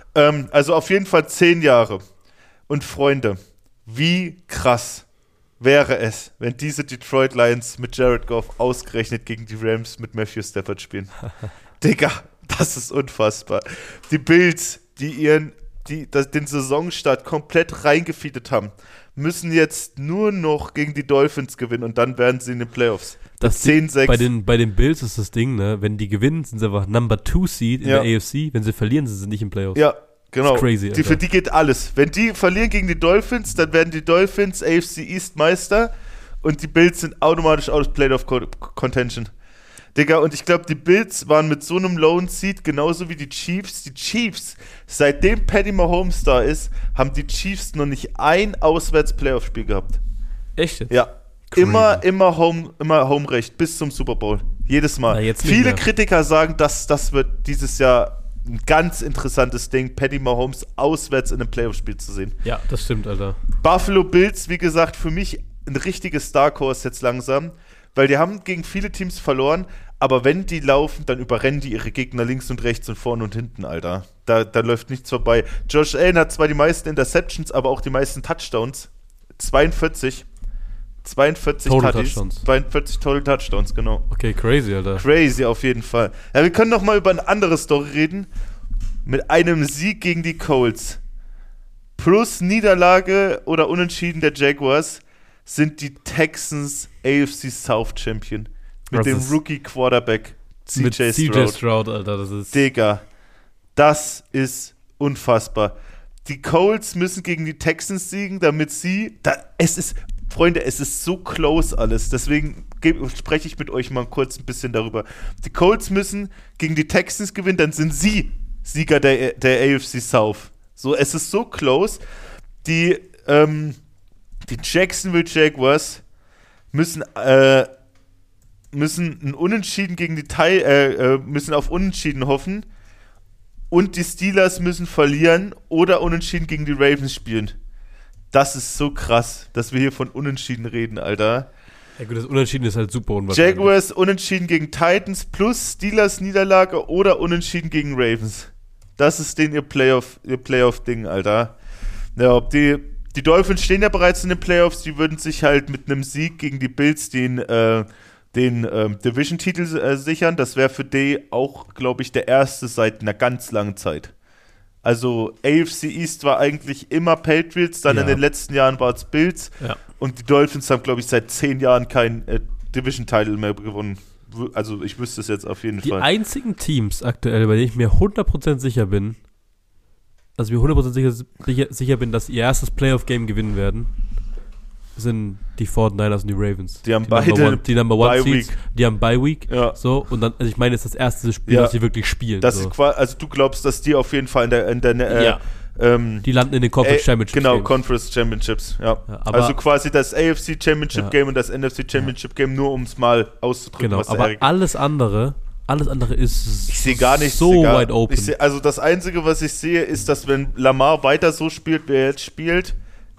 Ähm, also auf jeden Fall zehn Jahre. Und Freunde, wie krass wäre es, wenn diese Detroit Lions mit Jared Goff ausgerechnet gegen die Rams mit Matthew Stafford spielen. Digga, das ist unfassbar. Die Bills, die ihren, die das, den Saisonstart komplett reingefeedet haben, müssen jetzt nur noch gegen die Dolphins gewinnen und dann werden sie in den Playoffs. Das zehn sechs. Bei den, bei den Bills ist das Ding, ne? Wenn die gewinnen, sind sie einfach Number Two Seed in ja. der A F C. Wenn sie verlieren, sind sie nicht im Playoffs. Ja, genau. Das ist crazy, die, für die geht alles. Wenn die verlieren gegen die Dolphins, dann werden die Dolphins A F C East Meister und die Bills sind automatisch out of Playoff Contention. Digga, und ich glaube, die Bills waren mit so einem Lone Seed genauso wie die Chiefs. Die Chiefs, seitdem Patty Mahomes da ist, haben die Chiefs noch nicht ein Auswärts-Playoff-Spiel gehabt. Echt jetzt? Ja. Crazy. Immer, immer Home, immer Home-Recht bis zum Super Bowl. Jedes Mal. Na, jetzt Viele Kritiker sagen, dass das wird dieses Jahr ein ganz interessantes Ding, Patty Mahomes auswärts in einem Playoff-Spiel zu sehen. Ja, das stimmt, Alter. Buffalo Bills, wie gesagt, für mich ein richtiges Dark Horse jetzt langsam. Weil die haben gegen viele Teams verloren, aber wenn die laufen, dann überrennen die ihre Gegner links und rechts und vorne und hinten, Alter. Da, da läuft nichts vorbei. Josh Allen hat zwar die meisten Interceptions, aber auch die meisten Touchdowns. zweiundvierzig. zweiundvierzig Total Tutties, Touchdowns. zweiundvierzig Total Touchdowns, genau. Okay, crazy, Alter. Crazy auf jeden Fall. Ja, wir können noch mal über eine andere Story reden. Mit einem Sieg gegen die Colts plus Niederlage oder Unentschieden der Jaguars sind die Texans A F C South Champion. Mit das dem Rookie-Quarterback C J Stroud. C J Stroud, Alter, das ist... Digga, das ist unfassbar. Die Colts müssen gegen die Texans siegen, damit sie... Da, es ist, Freunde, es ist so close alles. Deswegen spreche ich mit euch mal kurz ein bisschen darüber. Die Colts müssen gegen die Texans gewinnen, dann sind sie Sieger der, der A F C South. So, es ist so close. Die, ähm... Die Jacksonville Jaguars müssen, äh, müssen ein Unentschieden gegen die Teil, äh, müssen auf Unentschieden hoffen und die Steelers müssen verlieren oder Unentschieden gegen die Ravens spielen. Das ist so krass, dass wir hier von Unentschieden reden, Alter. Ja gut, das Unentschieden ist halt super unwahrscheinlich. Jaguars Unentschieden gegen Titans plus Steelers Niederlage oder Unentschieden gegen Ravens. Das ist den ihr Playoff, ihr Playoff-Ding, Alter. Ja, ob die Die Dolphins stehen ja bereits in den Playoffs, die würden sich halt mit einem Sieg gegen die Bills den, äh, den äh, Division-Titel äh, sichern. Das wäre für die auch, glaube ich, der erste seit einer ganz langen Zeit. Also A F C East war eigentlich immer Patriots, dann ja. in den letzten Jahren war es Bills. Ja. Und die Dolphins haben, glaube ich, seit zehn Jahren keinen äh, Division-Titel mehr gewonnen. Also ich wüsste es jetzt auf jeden die Fall. Die einzigen Teams aktuell, bei denen ich mir hundert Prozent sicher bin, also mir hundert Prozent sicher, sicher, sicher bin, dass ihr erstes Playoff-Game gewinnen werden, sind die forty-niners und die Ravens. Die haben die beide Number One, die Number One Bye Seeds, Week. Die haben Bye-Week. Ja. So, und dann, also ich meine, das ist das erste Spiel, ja. das sie wirklich spielen. Das so. ist, also du glaubst, dass die auf jeden Fall in der, in der äh, ja. ähm, die landen in den Conference Championships. Genau, Games. Conference Championships, ja. ja aber, also quasi das A F C Championship ja. Game und das N F C Championship Game, nur um es mal auszudrücken, genau, was der aber Herr alles andere, alles andere ist ich sehe gar nichts, so Digga. wide open. Ich seh, also das Einzige, was ich sehe, ist, dass wenn Lamar weiter so spielt, wie er jetzt spielt,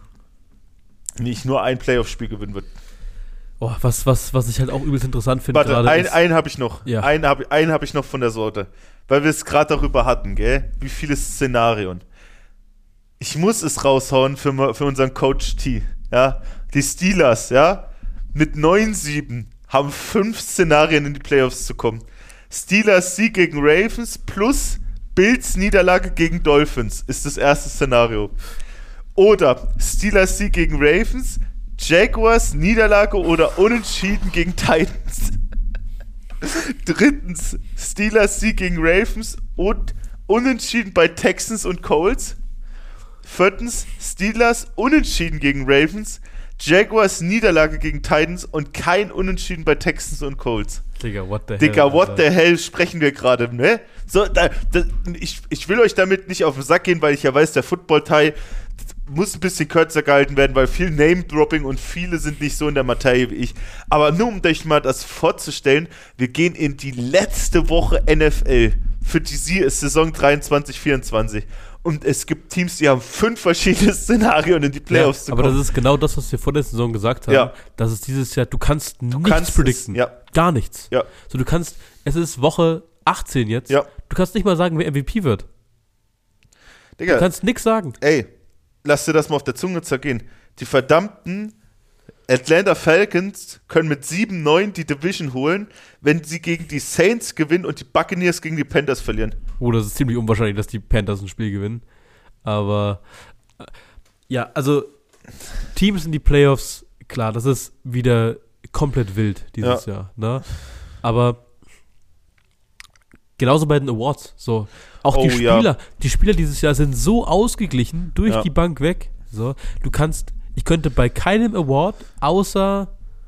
nicht nur ein Playoff-Spiel gewinnen wird. Oh, was, was, was ich halt auch übelst interessant finde. Warte, ein, einen habe ich noch. Ja. Einen habe einen hab ich noch von der Sorte. Weil wir es gerade darüber hatten, gell? Wie viele Szenarien. Ich muss es raushauen für, für unseren Coach T. Ja? Die Steelers, ja? Mit neun sieben haben fünf Szenarien in die Playoffs zu kommen. Steelers Sieg gegen Ravens plus Bills Niederlage gegen Dolphins ist das erste Szenario. Oder Steelers Sieg gegen Ravens, Jaguars Niederlage oder Unentschieden gegen Titans. Drittens, Steelers Sieg gegen Ravens und Unentschieden bei Texans und Colts. Viertens, Steelers Unentschieden gegen Ravens, Jaguars Niederlage gegen Titans und kein Unentschieden bei Texans und Colts. Digga, what the hell? Digga, what the hell sprechen wir gerade, ne? So, da, da, ich, ich will euch damit nicht auf den Sack gehen, weil ich ja weiß, der Football-Teil muss ein bisschen kürzer gehalten werden, weil viel Name-Dropping und viele sind nicht so in der Materie wie ich. Aber nur um euch mal das vorzustellen, wir gehen in die letzte Woche N F L für die Saison dreiundzwanzig vierundzwanzig. Und es gibt Teams, die haben fünf verschiedene Szenarien in die Playoffs ja, zu kommen. Aber das ist genau das, was wir vor der Saison gesagt haben. Ja. Das ist dieses Jahr, du kannst du nichts kannst predikten. Es, ja. Gar nichts. Ja. So, du kannst, es ist Woche achtzehn jetzt. Ja. Du kannst nicht mal sagen, wer M V P wird. Digga, du kannst nix sagen. Ey, lass dir das mal auf der Zunge zergehen. Die verdammten Atlanta Falcons können mit sieben neun die Division holen, wenn sie gegen die Saints gewinnen und die Buccaneers gegen die Panthers verlieren. Oh, das ist ziemlich unwahrscheinlich, dass die Panthers ein Spiel gewinnen. Aber, äh, ja, also, Teams in die Playoffs, klar, das ist wieder komplett wild dieses ja. Jahr, ne? Aber genauso bei den Awards, so. Auch oh, die Spieler, ja. die Spieler dieses Jahr sind so ausgeglichen, durch ja. die Bank weg, so. Du kannst, ich könnte bei keinem Award, außer,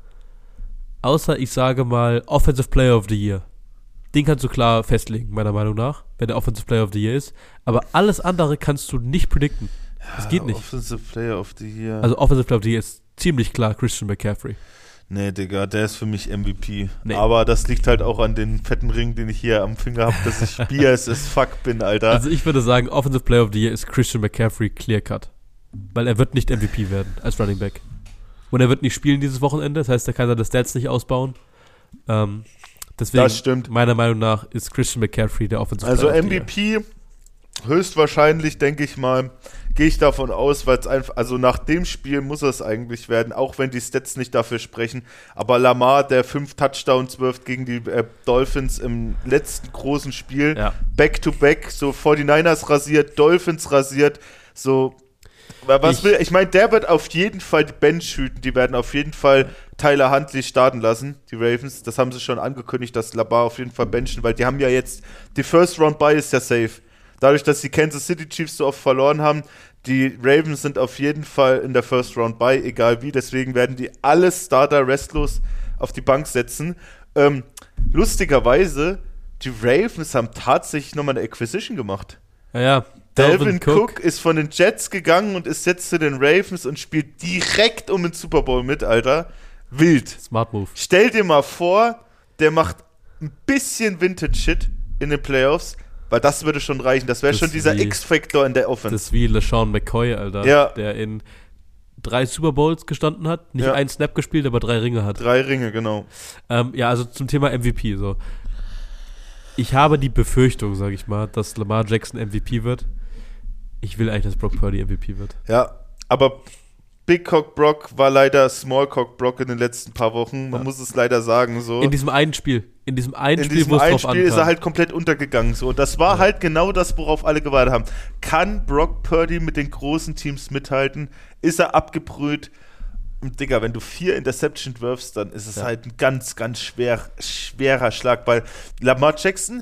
außer, ich sage mal, Offensive Player of the Year, den kannst du klar festlegen, meiner Meinung nach, wenn der Offensive Player of the Year ist, aber alles andere kannst du nicht predikten. Das ja, geht nicht. Offensive Player of the Year. Also Offensive Player of the Year ist ziemlich klar Christian McCaffrey. Nee, Digga, der ist für mich M V P. Nee. Aber das liegt halt auch an den fetten Ring, den ich hier am Finger habe, dass ich biased as fuck bin, Alter. Also ich würde sagen, Offensive Player of the Year ist Christian McCaffrey clear cut. Weil er wird nicht M V P werden als Running Back. Und er wird nicht spielen dieses Wochenende, das heißt, er kann seine Stats nicht ausbauen. Ähm, deswegen, das stimmt. Meiner Meinung nach, ist Christian McCaffrey der Offensive also Player of the Year. Also M V P, höchstwahrscheinlich, denke ich mal, gehe ich davon aus, weil es einfach, also nach dem Spiel muss es eigentlich werden, auch wenn die Stats nicht dafür sprechen. Aber Lamar, der fünf Touchdowns wirft gegen die äh, Dolphins im letzten großen Spiel, ja. Back-to-back, so forty-niners rasiert, Dolphins rasiert, so. Was ich, will, ich meine, der wird auf jeden Fall die Bench hüten, die werden auf jeden Fall Tyler Huntley starten lassen, die Ravens. Das haben sie schon angekündigt, dass Lamar auf jeden Fall benchen, weil die haben ja jetzt, die First Round Bye ist ja safe. Dadurch, dass die Kansas City Chiefs so oft verloren haben, die Ravens sind auf jeden Fall in der First Round Bye, egal wie, deswegen werden die alle Starter restlos auf die Bank setzen. Ähm, lustigerweise, die Ravens haben tatsächlich nochmal eine Acquisition gemacht. Ja, ja. Dalvin Cook. Cook ist von den Jets gegangen und ist jetzt zu den Ravens und spielt direkt um den Super Bowl mit, Alter. Wild. Smart Move. Stell dir mal vor, der macht ein bisschen Vintage-Shit in den Playoffs, weil das würde schon reichen. Das wäre schon dieser X-Factor in der Offense. Das ist wie LeSean McCoy, Alter. Ja. Der in drei Super Bowls gestanden hat, nicht ja. einen Snap gespielt, aber drei Ringe hat. Drei Ringe, genau. Ähm, ja, also zum Thema M V P, so. Ich habe die Befürchtung, sage ich mal, dass Lamar Jackson M V P wird. Ich will eigentlich, dass Brock Purdy M V P wird. Ja, aber Big Cock Brock war leider Small Cock Brock in den letzten paar Wochen. Man ja. muss es leider sagen. So. In diesem einen Spiel. In diesem einen in Spiel, diesem wo es einen drauf Spiel ankam. ist er halt komplett untergegangen. So. Und das war ja. halt genau das, worauf alle gewartet haben. Kann Brock Purdy mit den großen Teams mithalten? Ist er abgebrüht? Und Digga, wenn du vier Interceptions wirfst, dann ist es ja. halt ein ganz, ganz schwer, schwerer Schlag. Weil Lamar Jackson...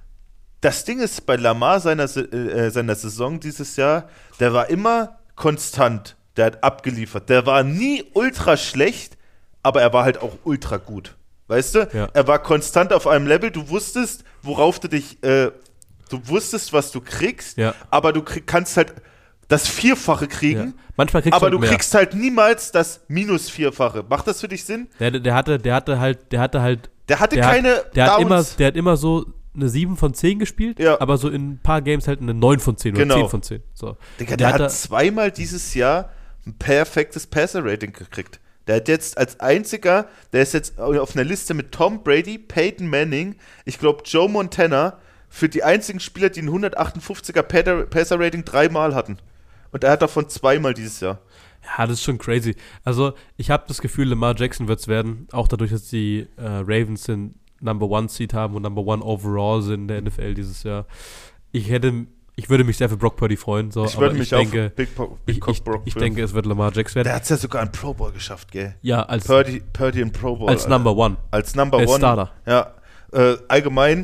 Das Ding ist, bei Lamar seiner, äh, seiner Saison dieses Jahr, der war immer konstant, der hat abgeliefert. Der war nie ultra schlecht, aber er war halt auch ultra gut. Weißt du? Ja. Er war konstant auf einem Level, du wusstest, worauf du dich, äh, du wusstest, was du kriegst, ja. aber du krieg, kannst halt das Vierfache kriegen, ja. Manchmal kriegst aber du, halt du kriegst halt niemals das Minus Vierfache. Macht das für dich Sinn? Der, der, hatte, der hatte halt, der hatte halt, der hatte der keine hat, der Downs. Hat immer, der hat immer so eine sieben von zehn gespielt, ja. aber so in ein paar Games halt eine neun von zehn genau. oder zehn von zehn. So. Digga, der, der hat zweimal dieses Jahr ein perfektes Passer-Rating gekriegt. Der hat jetzt als einziger, der ist jetzt auf einer Liste mit Tom Brady, Peyton Manning, ich glaube Joe Montana, für die einzigen Spieler, die ein hundertachtundfünfziger Passer-Rating dreimal hatten. Und er hat davon zweimal dieses Jahr. Ja, das ist schon crazy. Also, ich habe das Gefühl, Lamar Jackson wird es werden, auch dadurch, dass die äh, Ravens den Number One Seed haben und Number One Overall sind in der N F L dieses Jahr. Ich hätte, ich würde mich sehr für Brock Purdy freuen. So, ich würde mich ich denke, auch für Big, po- Big ich, Cock ich, Brock ich denke, es wird Lamar Jackson werden. Der hat es ja sogar einen Pro Bowl geschafft, gell? Ja, als Purdy, Purdy in Pro Bowl. Als Alter. Number One. Als Number als One. Starter. Ja, äh, allgemein,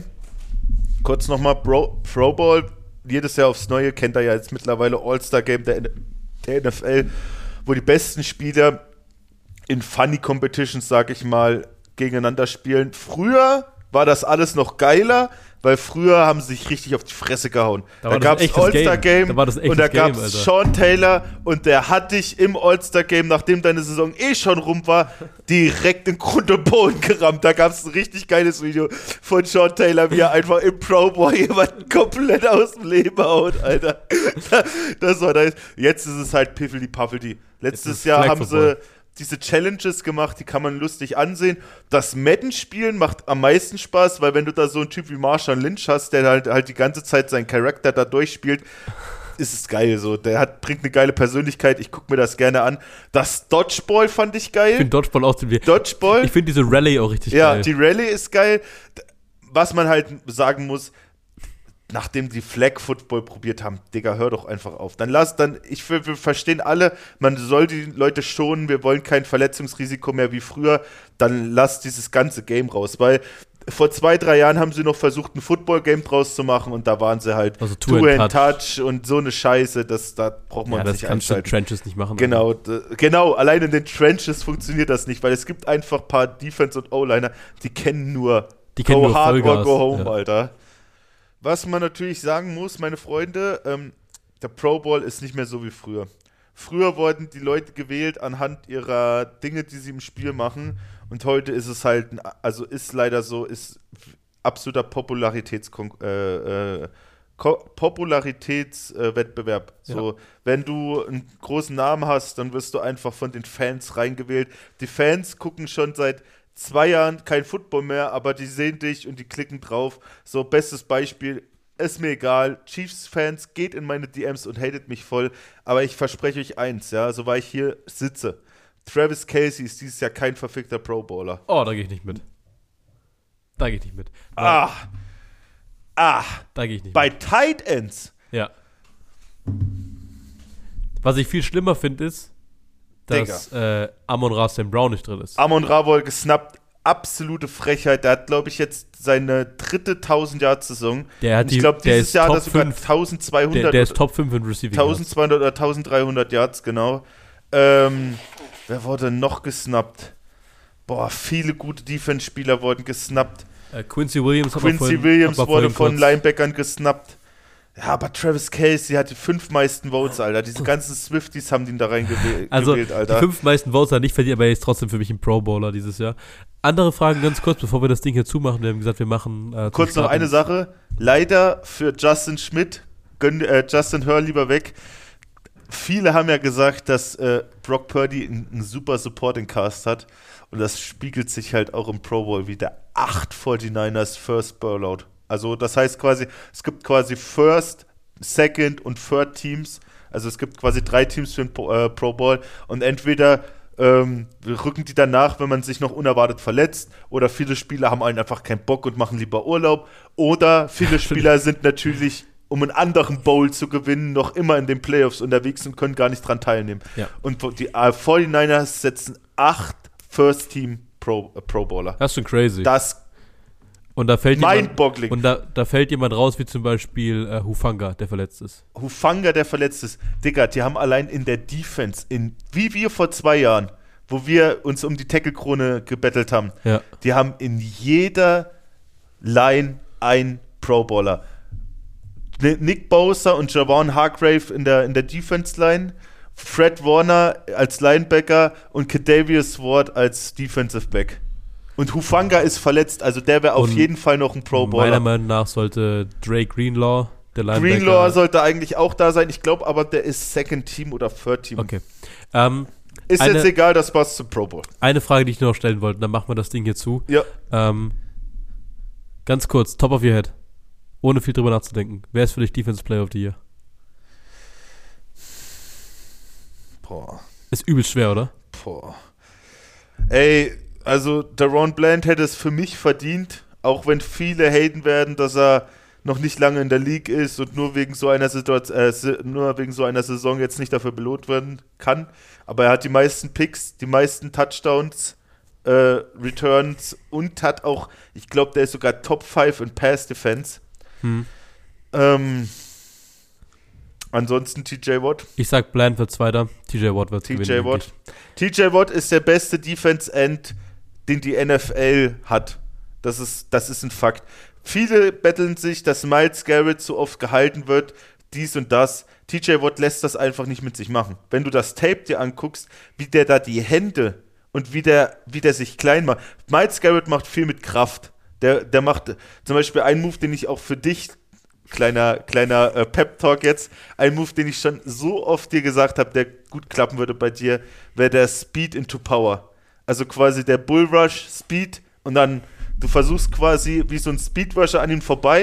kurz nochmal, Pro, Pro Bowl, jedes Jahr aufs Neue, kennt er ja jetzt mittlerweile All-Star-Game der, der N F L, wo die besten Spieler in Funny Competitions, sag ich mal, gegeneinander spielen. Früher war das alles noch geiler, weil früher haben sie sich richtig auf die Fresse gehauen. Da, da gab es All-Star-Game da und da gab es Sean Taylor und der hat dich im All-Star-Game, nachdem deine Saison eh schon rum war, direkt in Grund und Boden gerammt. Da gab es ein richtig geiles Video von Sean Taylor, wie er einfach im Pro Bowl jemanden komplett aus dem Leben haut, Alter. Das war das. Jetzt ist es halt Piffeli-Paffeli. Letztes Jahr haben sie diese Challenges gemacht, die kann man lustig ansehen. Das Madden-Spielen macht am meisten Spaß, weil wenn du da so einen Typ wie Marshawn Lynch hast, der halt, halt die ganze Zeit seinen Charakter da durchspielt, ist es geil. So. Der hat, bringt eine geile Persönlichkeit. Ich gucke mir das gerne an. Das Dodgeball fand ich geil. Ich finde Dodgeball auch ziemlich. Dodgeball. Ich finde diese Rallye auch richtig ja, geil. Ja, die Rallye ist geil. Was man halt sagen muss, nachdem die Flag Football probiert haben, Digga, hör doch einfach auf. Dann lass, dann, ich wir, wir verstehen alle, man soll die Leute schonen, wir wollen kein Verletzungsrisiko mehr wie früher, dann lass dieses ganze Game raus, weil vor zwei, drei Jahren haben sie noch versucht, ein Football-Game draus zu machen und da waren sie halt also Two-and-Touch Touch und so eine Scheiße, das, da braucht man ja, sich das kannst du in Trenches nicht machen. Genau, d- genau, allein in den Trenches funktioniert das nicht, weil es gibt einfach ein paar Defense- und O-Liner, die kennen nur die kennen Go nur hard Vollgas, or go home, ja. Alter. Was man natürlich sagen muss, meine Freunde, ähm, der Pro Bowl ist nicht mehr so wie früher. Früher wurden die Leute gewählt anhand ihrer Dinge, die sie im Spiel machen. Und heute ist es halt, ein, also ist leider so, ist absoluter Popularitätskon- äh, äh, Ko- Popularitätswettbewerb. Äh, so, ja. Wenn du einen großen Namen hast, dann wirst du einfach von den Fans reingewählt. Die Fans gucken schon seit zwei Jahren kein Football mehr, aber die sehen dich und die klicken drauf. So, bestes Beispiel, ist mir egal. Chiefs-Fans, geht in meine D Ms und hatet mich voll. Aber ich verspreche euch eins, ja, so weil ich hier sitze. Travis Kelce ist dieses Jahr kein verfickter Pro-Bowler. Oh, da gehe ich nicht mit. Da gehe ich nicht mit. Ah. Ah. Da gehe ich nicht Bei mit. Tight Ends. Ja. Was ich viel schlimmer finde, ist, dass äh, Amon-Ra Saint Brown nicht drin ist. Amon-Ra wurde gesnappt. Absolute Frechheit. Der hat, glaube ich, jetzt seine dritte tausend-Yard-Saison. Der hat die, ich glaube, dieses Jahr hat er sogar fünf, eintausendzweihundert. Der, der ist Top fünf in Receiving Yards. eintausendzweihundert oder eintausenddreihundert Yards, genau. Ähm, wer wurde noch gesnappt? Boah, viele gute Defense-Spieler wurden gesnappt. Äh, Quincy Williams, Quincy vorhin, Williams wurde von kurz. Linebackern gesnappt. Ja, aber Travis Kelce hat die fünf meisten Votes, Alter. Diese ganzen Swifties haben den da reingewählt, also, Alter. Die fünf meisten Votes hat er nicht verdient, aber er ist trotzdem für mich ein Pro-Bowler dieses Jahr. Andere Fragen ganz kurz, bevor wir das Ding hier zumachen. Wir haben gesagt, wir machen äh, Kurz noch eine Sache. Leider für Justin Schmidt, gönn, äh, Justin, hör lieber weg. Viele haben ja gesagt, dass äh, Brock Purdy einen, einen super Supporting Cast hat. Und das spiegelt sich halt auch im Pro Bowl wieder. Acht forty-niners First Burlout. Also das heißt quasi, es gibt quasi First, Second und Third Teams. Also es gibt quasi drei Teams für den Pro, äh, Pro Bowl. Und entweder ähm, rücken die danach, wenn man sich noch unerwartet verletzt. Oder viele Spieler haben einen einfach keinen Bock und machen lieber Urlaub. Oder viele Spieler sind natürlich, um einen anderen Bowl zu gewinnen, noch immer in den Playoffs unterwegs und können gar nicht dran teilnehmen. Ja. Und die äh, forty-niners setzen acht First-Team Pro, äh, Pro Bowler. Das ist schon crazy. Das und da fällt jemand, Mind-boggling. Und da, da fällt jemand raus, wie zum Beispiel äh, Hufanga, der verletzt ist. Hufanga, der verletzt ist. Digga, die haben allein in der Defense, in, wie wir vor zwei Jahren, wo wir uns um die Tackle-Krone gebettelt haben, ja. die haben in jeder Line einen Pro-Bowler. Nick Bosa und Javon Hargrave in der, in der Defense-Line, Fred Warner als Linebacker und Kedavius Ward als Defensive Back. Und Hufanga ist verletzt, also der wäre auf jeden Fall noch ein Pro-Bowler. Meiner Meinung nach sollte Dre Greenlaw, der Linebacker... Greenlaw sollte eigentlich auch da sein. Ich glaube aber, der ist Second Team oder Third Team. Okay. Ähm, ist eine, jetzt egal, das passt zum Pro Bowl. Eine Frage, die ich noch stellen wollte, dann machen wir das Ding hier zu. Ja. Ähm, ganz kurz, top of your head. Ohne viel drüber nachzudenken. Wer ist für dich Defensive Player of the Year? Boah. Ist übelst schwer, oder? Boah. Ey, also Daron Bland hätte es für mich verdient, auch wenn viele haten werden, dass er noch nicht lange in der League ist und nur wegen so einer Situation, äh, nur wegen so einer Saison jetzt nicht dafür belohnt werden kann. Aber er hat die meisten Picks, die meisten Touchdowns, äh, Returns und hat auch, ich glaube, der ist sogar Top fünf in Pass Defense. Hm. Ähm, ansonsten T J Watt. Ich sag, Bland wird Zweiter, T J Watt wird T J Watt. T J Watt ist der beste Defense-End, den die N F L hat. Das ist, das ist ein Fakt. Viele betteln sich, dass Myles Garrett so oft gehalten wird, dies und das. T J Watt lässt das einfach nicht mit sich machen. Wenn du das Tape dir anguckst, wie der da die Hände und wie der, wie der sich klein macht. Myles Garrett macht viel mit Kraft. Der, der macht zum Beispiel einen Move, den ich auch für dich, kleiner, kleiner äh, Pep-Talk jetzt, ein Move, den ich schon so oft dir gesagt habe, der gut klappen würde bei dir, wäre der Speed into Power. Also quasi der Bullrush, Speed und dann, du versuchst quasi wie so ein Speedrusher an ihm vorbei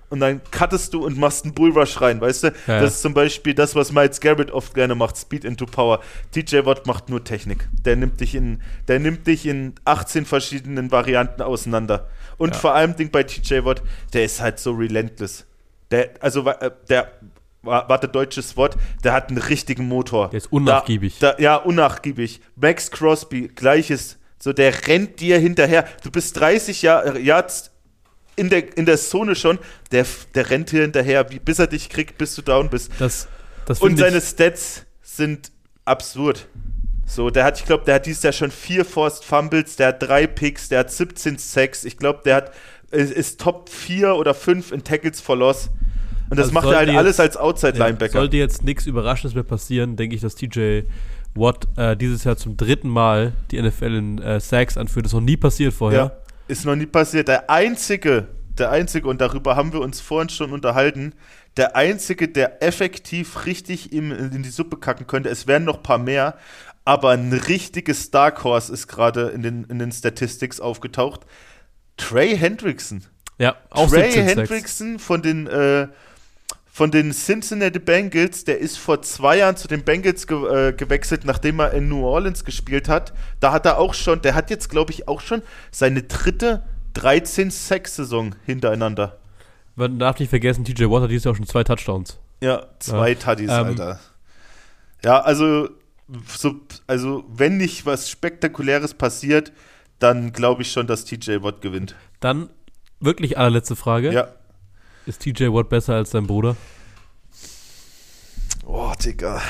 und dann cuttest du und machst einen Bullrush rein, weißt du? Ja. Das ist zum Beispiel das, was Miles Garrett oft gerne macht, Speed into Power. T J Watt macht nur Technik. Der nimmt dich in, der nimmt dich in achtzehn verschiedenen Varianten auseinander. Und Ja. vor allem Ding bei T J Watt, der ist halt so relentless. Der, also, äh, der, warte, deutsches Wort, der hat einen richtigen Motor. Der ist unnachgiebig. Da, da, ja, unnachgiebig. Max Crosby, gleiches. So, der rennt dir hinterher. Du bist dreißig Jahre Yards in der, in der Zone schon. Der, der rennt dir hinterher, wie, bis er dich kriegt, bis du down bist. Das, das Und finde seine ich, Stats sind absurd. So, der hat, ich glaube, der hat dieses Jahr schon vier Forced Fumbles, der hat drei Picks, der hat siebzehn Sacks. Ich glaube, der hat, ist, ist Top vier oder fünf in Tackles for Loss. Und das Also macht er halt sollte alles jetzt- als Outside-Linebacker. sollte jetzt nichts Überraschendes mehr passieren, denke ich, dass T J Watt äh, dieses Jahr zum dritten Mal die N F L in äh, Sacks anführt. Das ist noch nie passiert vorher. Ja, ist noch nie passiert. Der einzige, der einzige, und darüber haben wir uns vorhin schon unterhalten, der einzige, der effektiv richtig im, in die Suppe kacken könnte, es wären noch ein paar mehr, aber ein richtiges Dark Horse ist gerade in den, in den Statistics aufgetaucht. Trey Hendrickson. Ja, auch Trey siebzehn Sacks. Hendrickson von den, äh, von den Cincinnati Bengals, der ist vor zwei Jahren zu den Bengals ge- äh, gewechselt, nachdem er in New Orleans gespielt hat. Da hat er auch schon, der hat jetzt, glaube ich, auch schon seine dritte dreizehn-Sacks-Saison hintereinander. Man darf nicht vergessen, T J Watt hat dieses Jahr auch schon zwei Touchdowns. Ja, zwei Ja. Tuddies, Ähm, Alter. Ja, also, so, also, wenn nicht was Spektakuläres passiert, dann glaube ich schon, dass T J Watt gewinnt. Dann wirklich allerletzte Frage. Ja. Ist T J Watt besser als sein Bruder? Oh, Digga.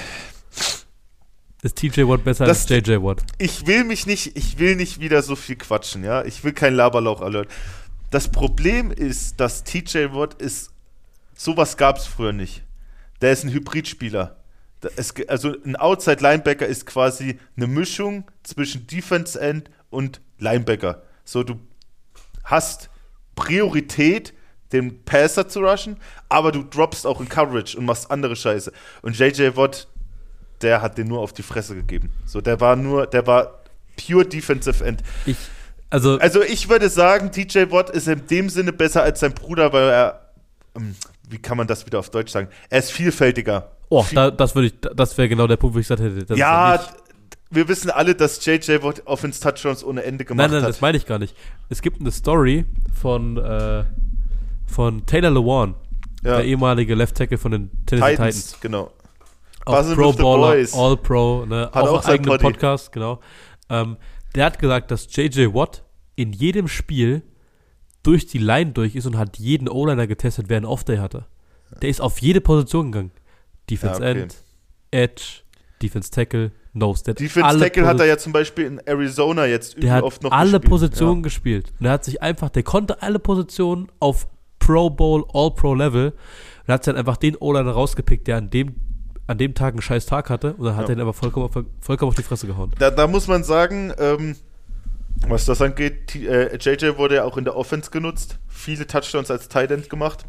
Ist T J Watt besser Das- als J J Watt? Ich will mich nicht, ich will nicht wieder so viel quatschen, ja. Ich will kein Laberlauch-Alert. Das Problem ist, dass T J Watt ist, sowas gab es früher nicht. Der ist ein Hybridspieler. Da- Es, ge- also ein Outside-Linebacker ist quasi eine Mischung zwischen Defense-End und Linebacker. So, du hast Priorität, den Passer zu rushen, aber du droppst auch in Coverage und machst andere Scheiße. Und J J Watt, der hat den nur auf die Fresse gegeben. So, der war nur, der war pure Defensive End. Ich, also, Also ich würde sagen, T J Watt ist in dem Sinne besser als sein Bruder, weil er, ähm, wie kann man das wieder auf Deutsch sagen? Er ist vielfältiger. oh, Viel- da, das würde ich, das wäre genau der Punkt, wo ich gesagt hätte. Das ja, ist ja nicht, wir wissen alle, dass J J Watt Offense-Touchdowns ohne Ende gemacht nein, nein, hat. das meine ich gar nicht. Es gibt eine Story von, äh, von Taylor Lewan, ja. der ehemalige Left Tackle von den Tennessee Titans. Titans, genau. Auch Buzzing Pro with the Baller, Boys. All Pro, ne? Hat auch, auch einen sein eigenen Poddy. Podcast, genau. Ähm, der hat gesagt, dass J J Watt in jedem Spiel durch die Line durch ist und hat jeden O-Liner getestet, wer einen Off-Day hatte. Der ist auf jede Position gegangen. Defense Ja, okay. End, Edge, Defense Tackle, Nose. Der Defense alle Tackle hat Posi- er ja zum Beispiel in Arizona jetzt übel Der hat oft noch alle gespielt. Positionen Ja. gespielt. Und er hat sich einfach, der konnte alle Positionen auf Pro Bowl, All-Pro Level und hat sich dann einfach den O-Liner rausgepickt, der an dem, an dem Tag einen scheiß Tag hatte und dann hat Ja. er ihn aber vollkommen auf, vollkommen auf die Fresse gehauen. Da, da muss man sagen, ähm, was das angeht, T- äh, J J wurde ja auch in der Offense genutzt. Viele Touchdowns als Tight End gemacht.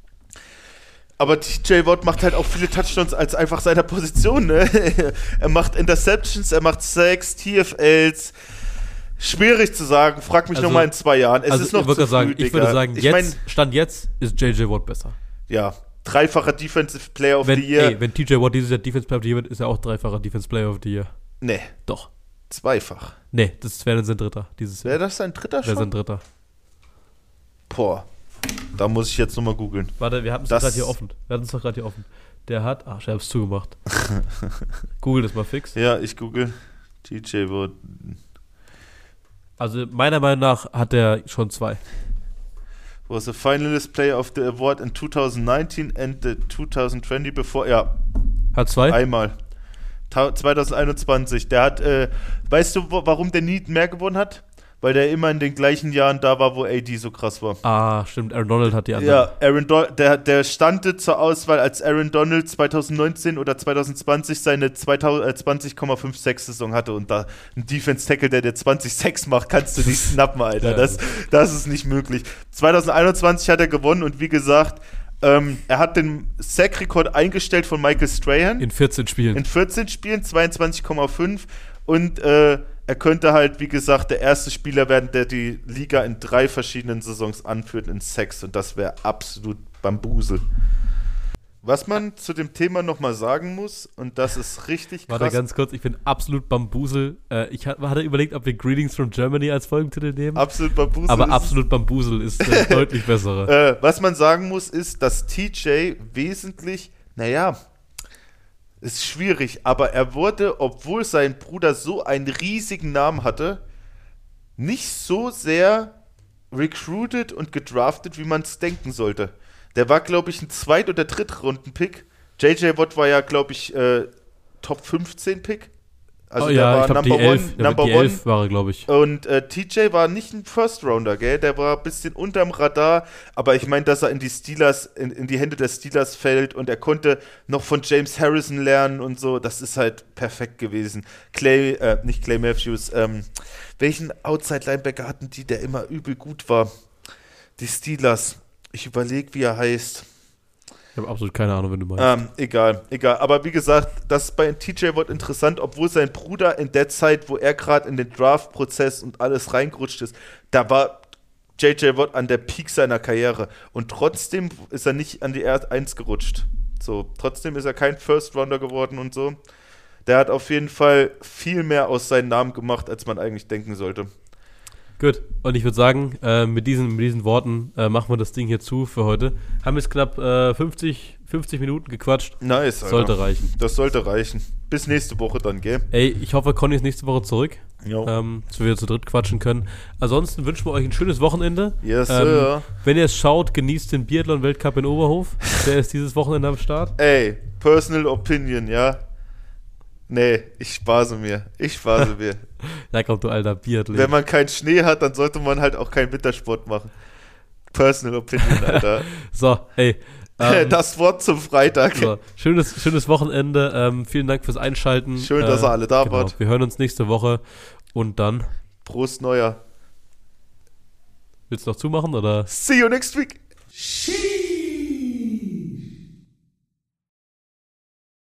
Aber T J Watt macht halt auch viele Touchdowns als einfach seiner Position. Ne? Er macht Interceptions, er macht Sacks, T F Ls. Schwierig zu sagen. Frag mich Also- nochmal in zwei Jahren. Es also ist noch ich, würde zu sagen, früh, ich würde Digga. sagen, ich jetzt, mein, Stand jetzt ist J J Watt besser. ja, dreifacher Defensive Player of Wenn, the Year. ey, wenn T J Watt dieses Jahr Defense Player of the Year wird, ist er auch dreifacher Defense Player of the Year. Nee, Doch. zweifach. Nee, das wäre dann sein dritter. Dieses Wäre Jahr. das sein dritter Wäre sein schon? dritter. Boah, da muss ich jetzt nochmal googeln. Warte, wir haben es Das- gerade hier offen. Wir hatten es doch gerade hier offen. Der hat, ach, ich hab's zugemacht. Google das mal fix. Ja, ich google. T J Watt. Also meiner Meinung nach hat er schon zwei. Was a finalist player of the award in twenty nineteen and the twenty twenty before. Ja, Hat zwei? einmal. Ta- zwanzig einundzwanzig. Der hat, äh, weißt du, wo, warum der nie mehr gewonnen hat? Weil der immer in den gleichen Jahren da war, wo A D so krass war. Ah, stimmt. Aaron Donald hat die andere. Ja, Aaron Do- der, der stande zur Auswahl, als Aaron Donald zwanzig neunzehn oder zwanzig zwanzig seine zwanzig Komma sechs Saison hatte und da ein Defense-Tackle, der dir zwanzig sechs macht, kannst du nicht snappen, Alter. Ja. Das, das ist nicht möglich. zwanzig einundzwanzig hat er gewonnen und wie gesagt, ähm, er hat den Sack-Rekord eingestellt von Michael Strahan In vierzehn Spielen. in vierzehn Spielen, zweiundzwanzig Komma fünf. Und äh, er könnte halt, wie gesagt, der erste Spieler werden, der die Liga in drei verschiedenen Saisons anführt in Sacks. Und das wäre absolut Bambusel. Was man zu dem Thema nochmal sagen muss, und das ist richtig krass. Warte ganz kurz, ich bin absolut Bambusel. Äh, ich hatte überlegt, ob wir Greetings from Germany als Folgentitel nehmen. Absolut Bambusel. Aber absolut Bambusel ist äh, deutlich bessere. Äh, was man sagen muss, ist, dass T J wesentlich, naja, ist schwierig, aber er wurde, obwohl sein Bruder so einen riesigen Namen hatte, nicht so sehr recruited und gedraftet, wie man es denken sollte. Der war, glaube ich, ein Zweit- oder Drittrunden-Pick. J J Watt war ja, glaube ich, äh, Top fünfzehn Pick. Also oh, der ja, war ich glaub, Number die elf, One. Number die One. elf war er, glaube ich. Und äh, T J war nicht ein First-Rounder, gell? Der war ein bisschen unterm Radar. Aber ich meine, dass er in die Steelers, in, in die Hände der Steelers fällt und er konnte noch von James Harrison lernen und so. Das ist halt perfekt gewesen. Clay, äh, nicht Clay Matthews, ähm, welchen Outside-Linebacker hatten die, der immer übel gut war? Die Steelers. Ich überlege, wie er heißt. Ich habe absolut keine Ahnung, wenn du meinst. Ähm, egal, egal. Aber wie gesagt, das ist bei T J Watt interessant, obwohl sein Bruder in der Zeit, wo er gerade in den Draft-Prozess und alles reingerutscht ist, da war J J Watt an der Peak seiner Karriere. Und trotzdem ist er nicht an die R eins gerutscht. So, trotzdem ist er kein First-Rounder geworden und so. Der hat auf jeden Fall viel mehr aus seinem Namen gemacht, als man eigentlich denken sollte. Gut, und ich würde sagen, äh, mit, diesen, mit diesen Worten äh, machen wir das Ding hier zu für heute. Haben jetzt knapp äh, fünfzig, fünfzig Minuten gequatscht. Nice, Alter. Sollte reichen. Das sollte reichen. Bis nächste Woche dann, gell? Ey, ich hoffe, Conny ist nächste Woche zurück, Jo. ähm, dass wir wieder zu dritt quatschen können. Ansonsten wünschen wir euch ein schönes Wochenende. Yes, ähm, sir. Wenn ihr es schaut, genießt den Biathlon-Weltcup in Oberhof. Der ist dieses Wochenende am Start. Ey, Personal Opinion, ja? Nee, ich spaße mir. Ich spaße mir. Da kommt du alter Biathlet. Wenn man keinen Schnee hat, dann sollte man halt auch keinen Wintersport machen. Personal Opinion, Alter. So, hey. Ähm, das Wort zum Freitag. So, schönes, schönes Wochenende. Ähm, vielen Dank fürs Einschalten. Schön, dass ihr alle da genau. wart. Wir hören uns nächste Woche und dann. Prost, Neuer. Willst du noch zumachen oder? See you next week. She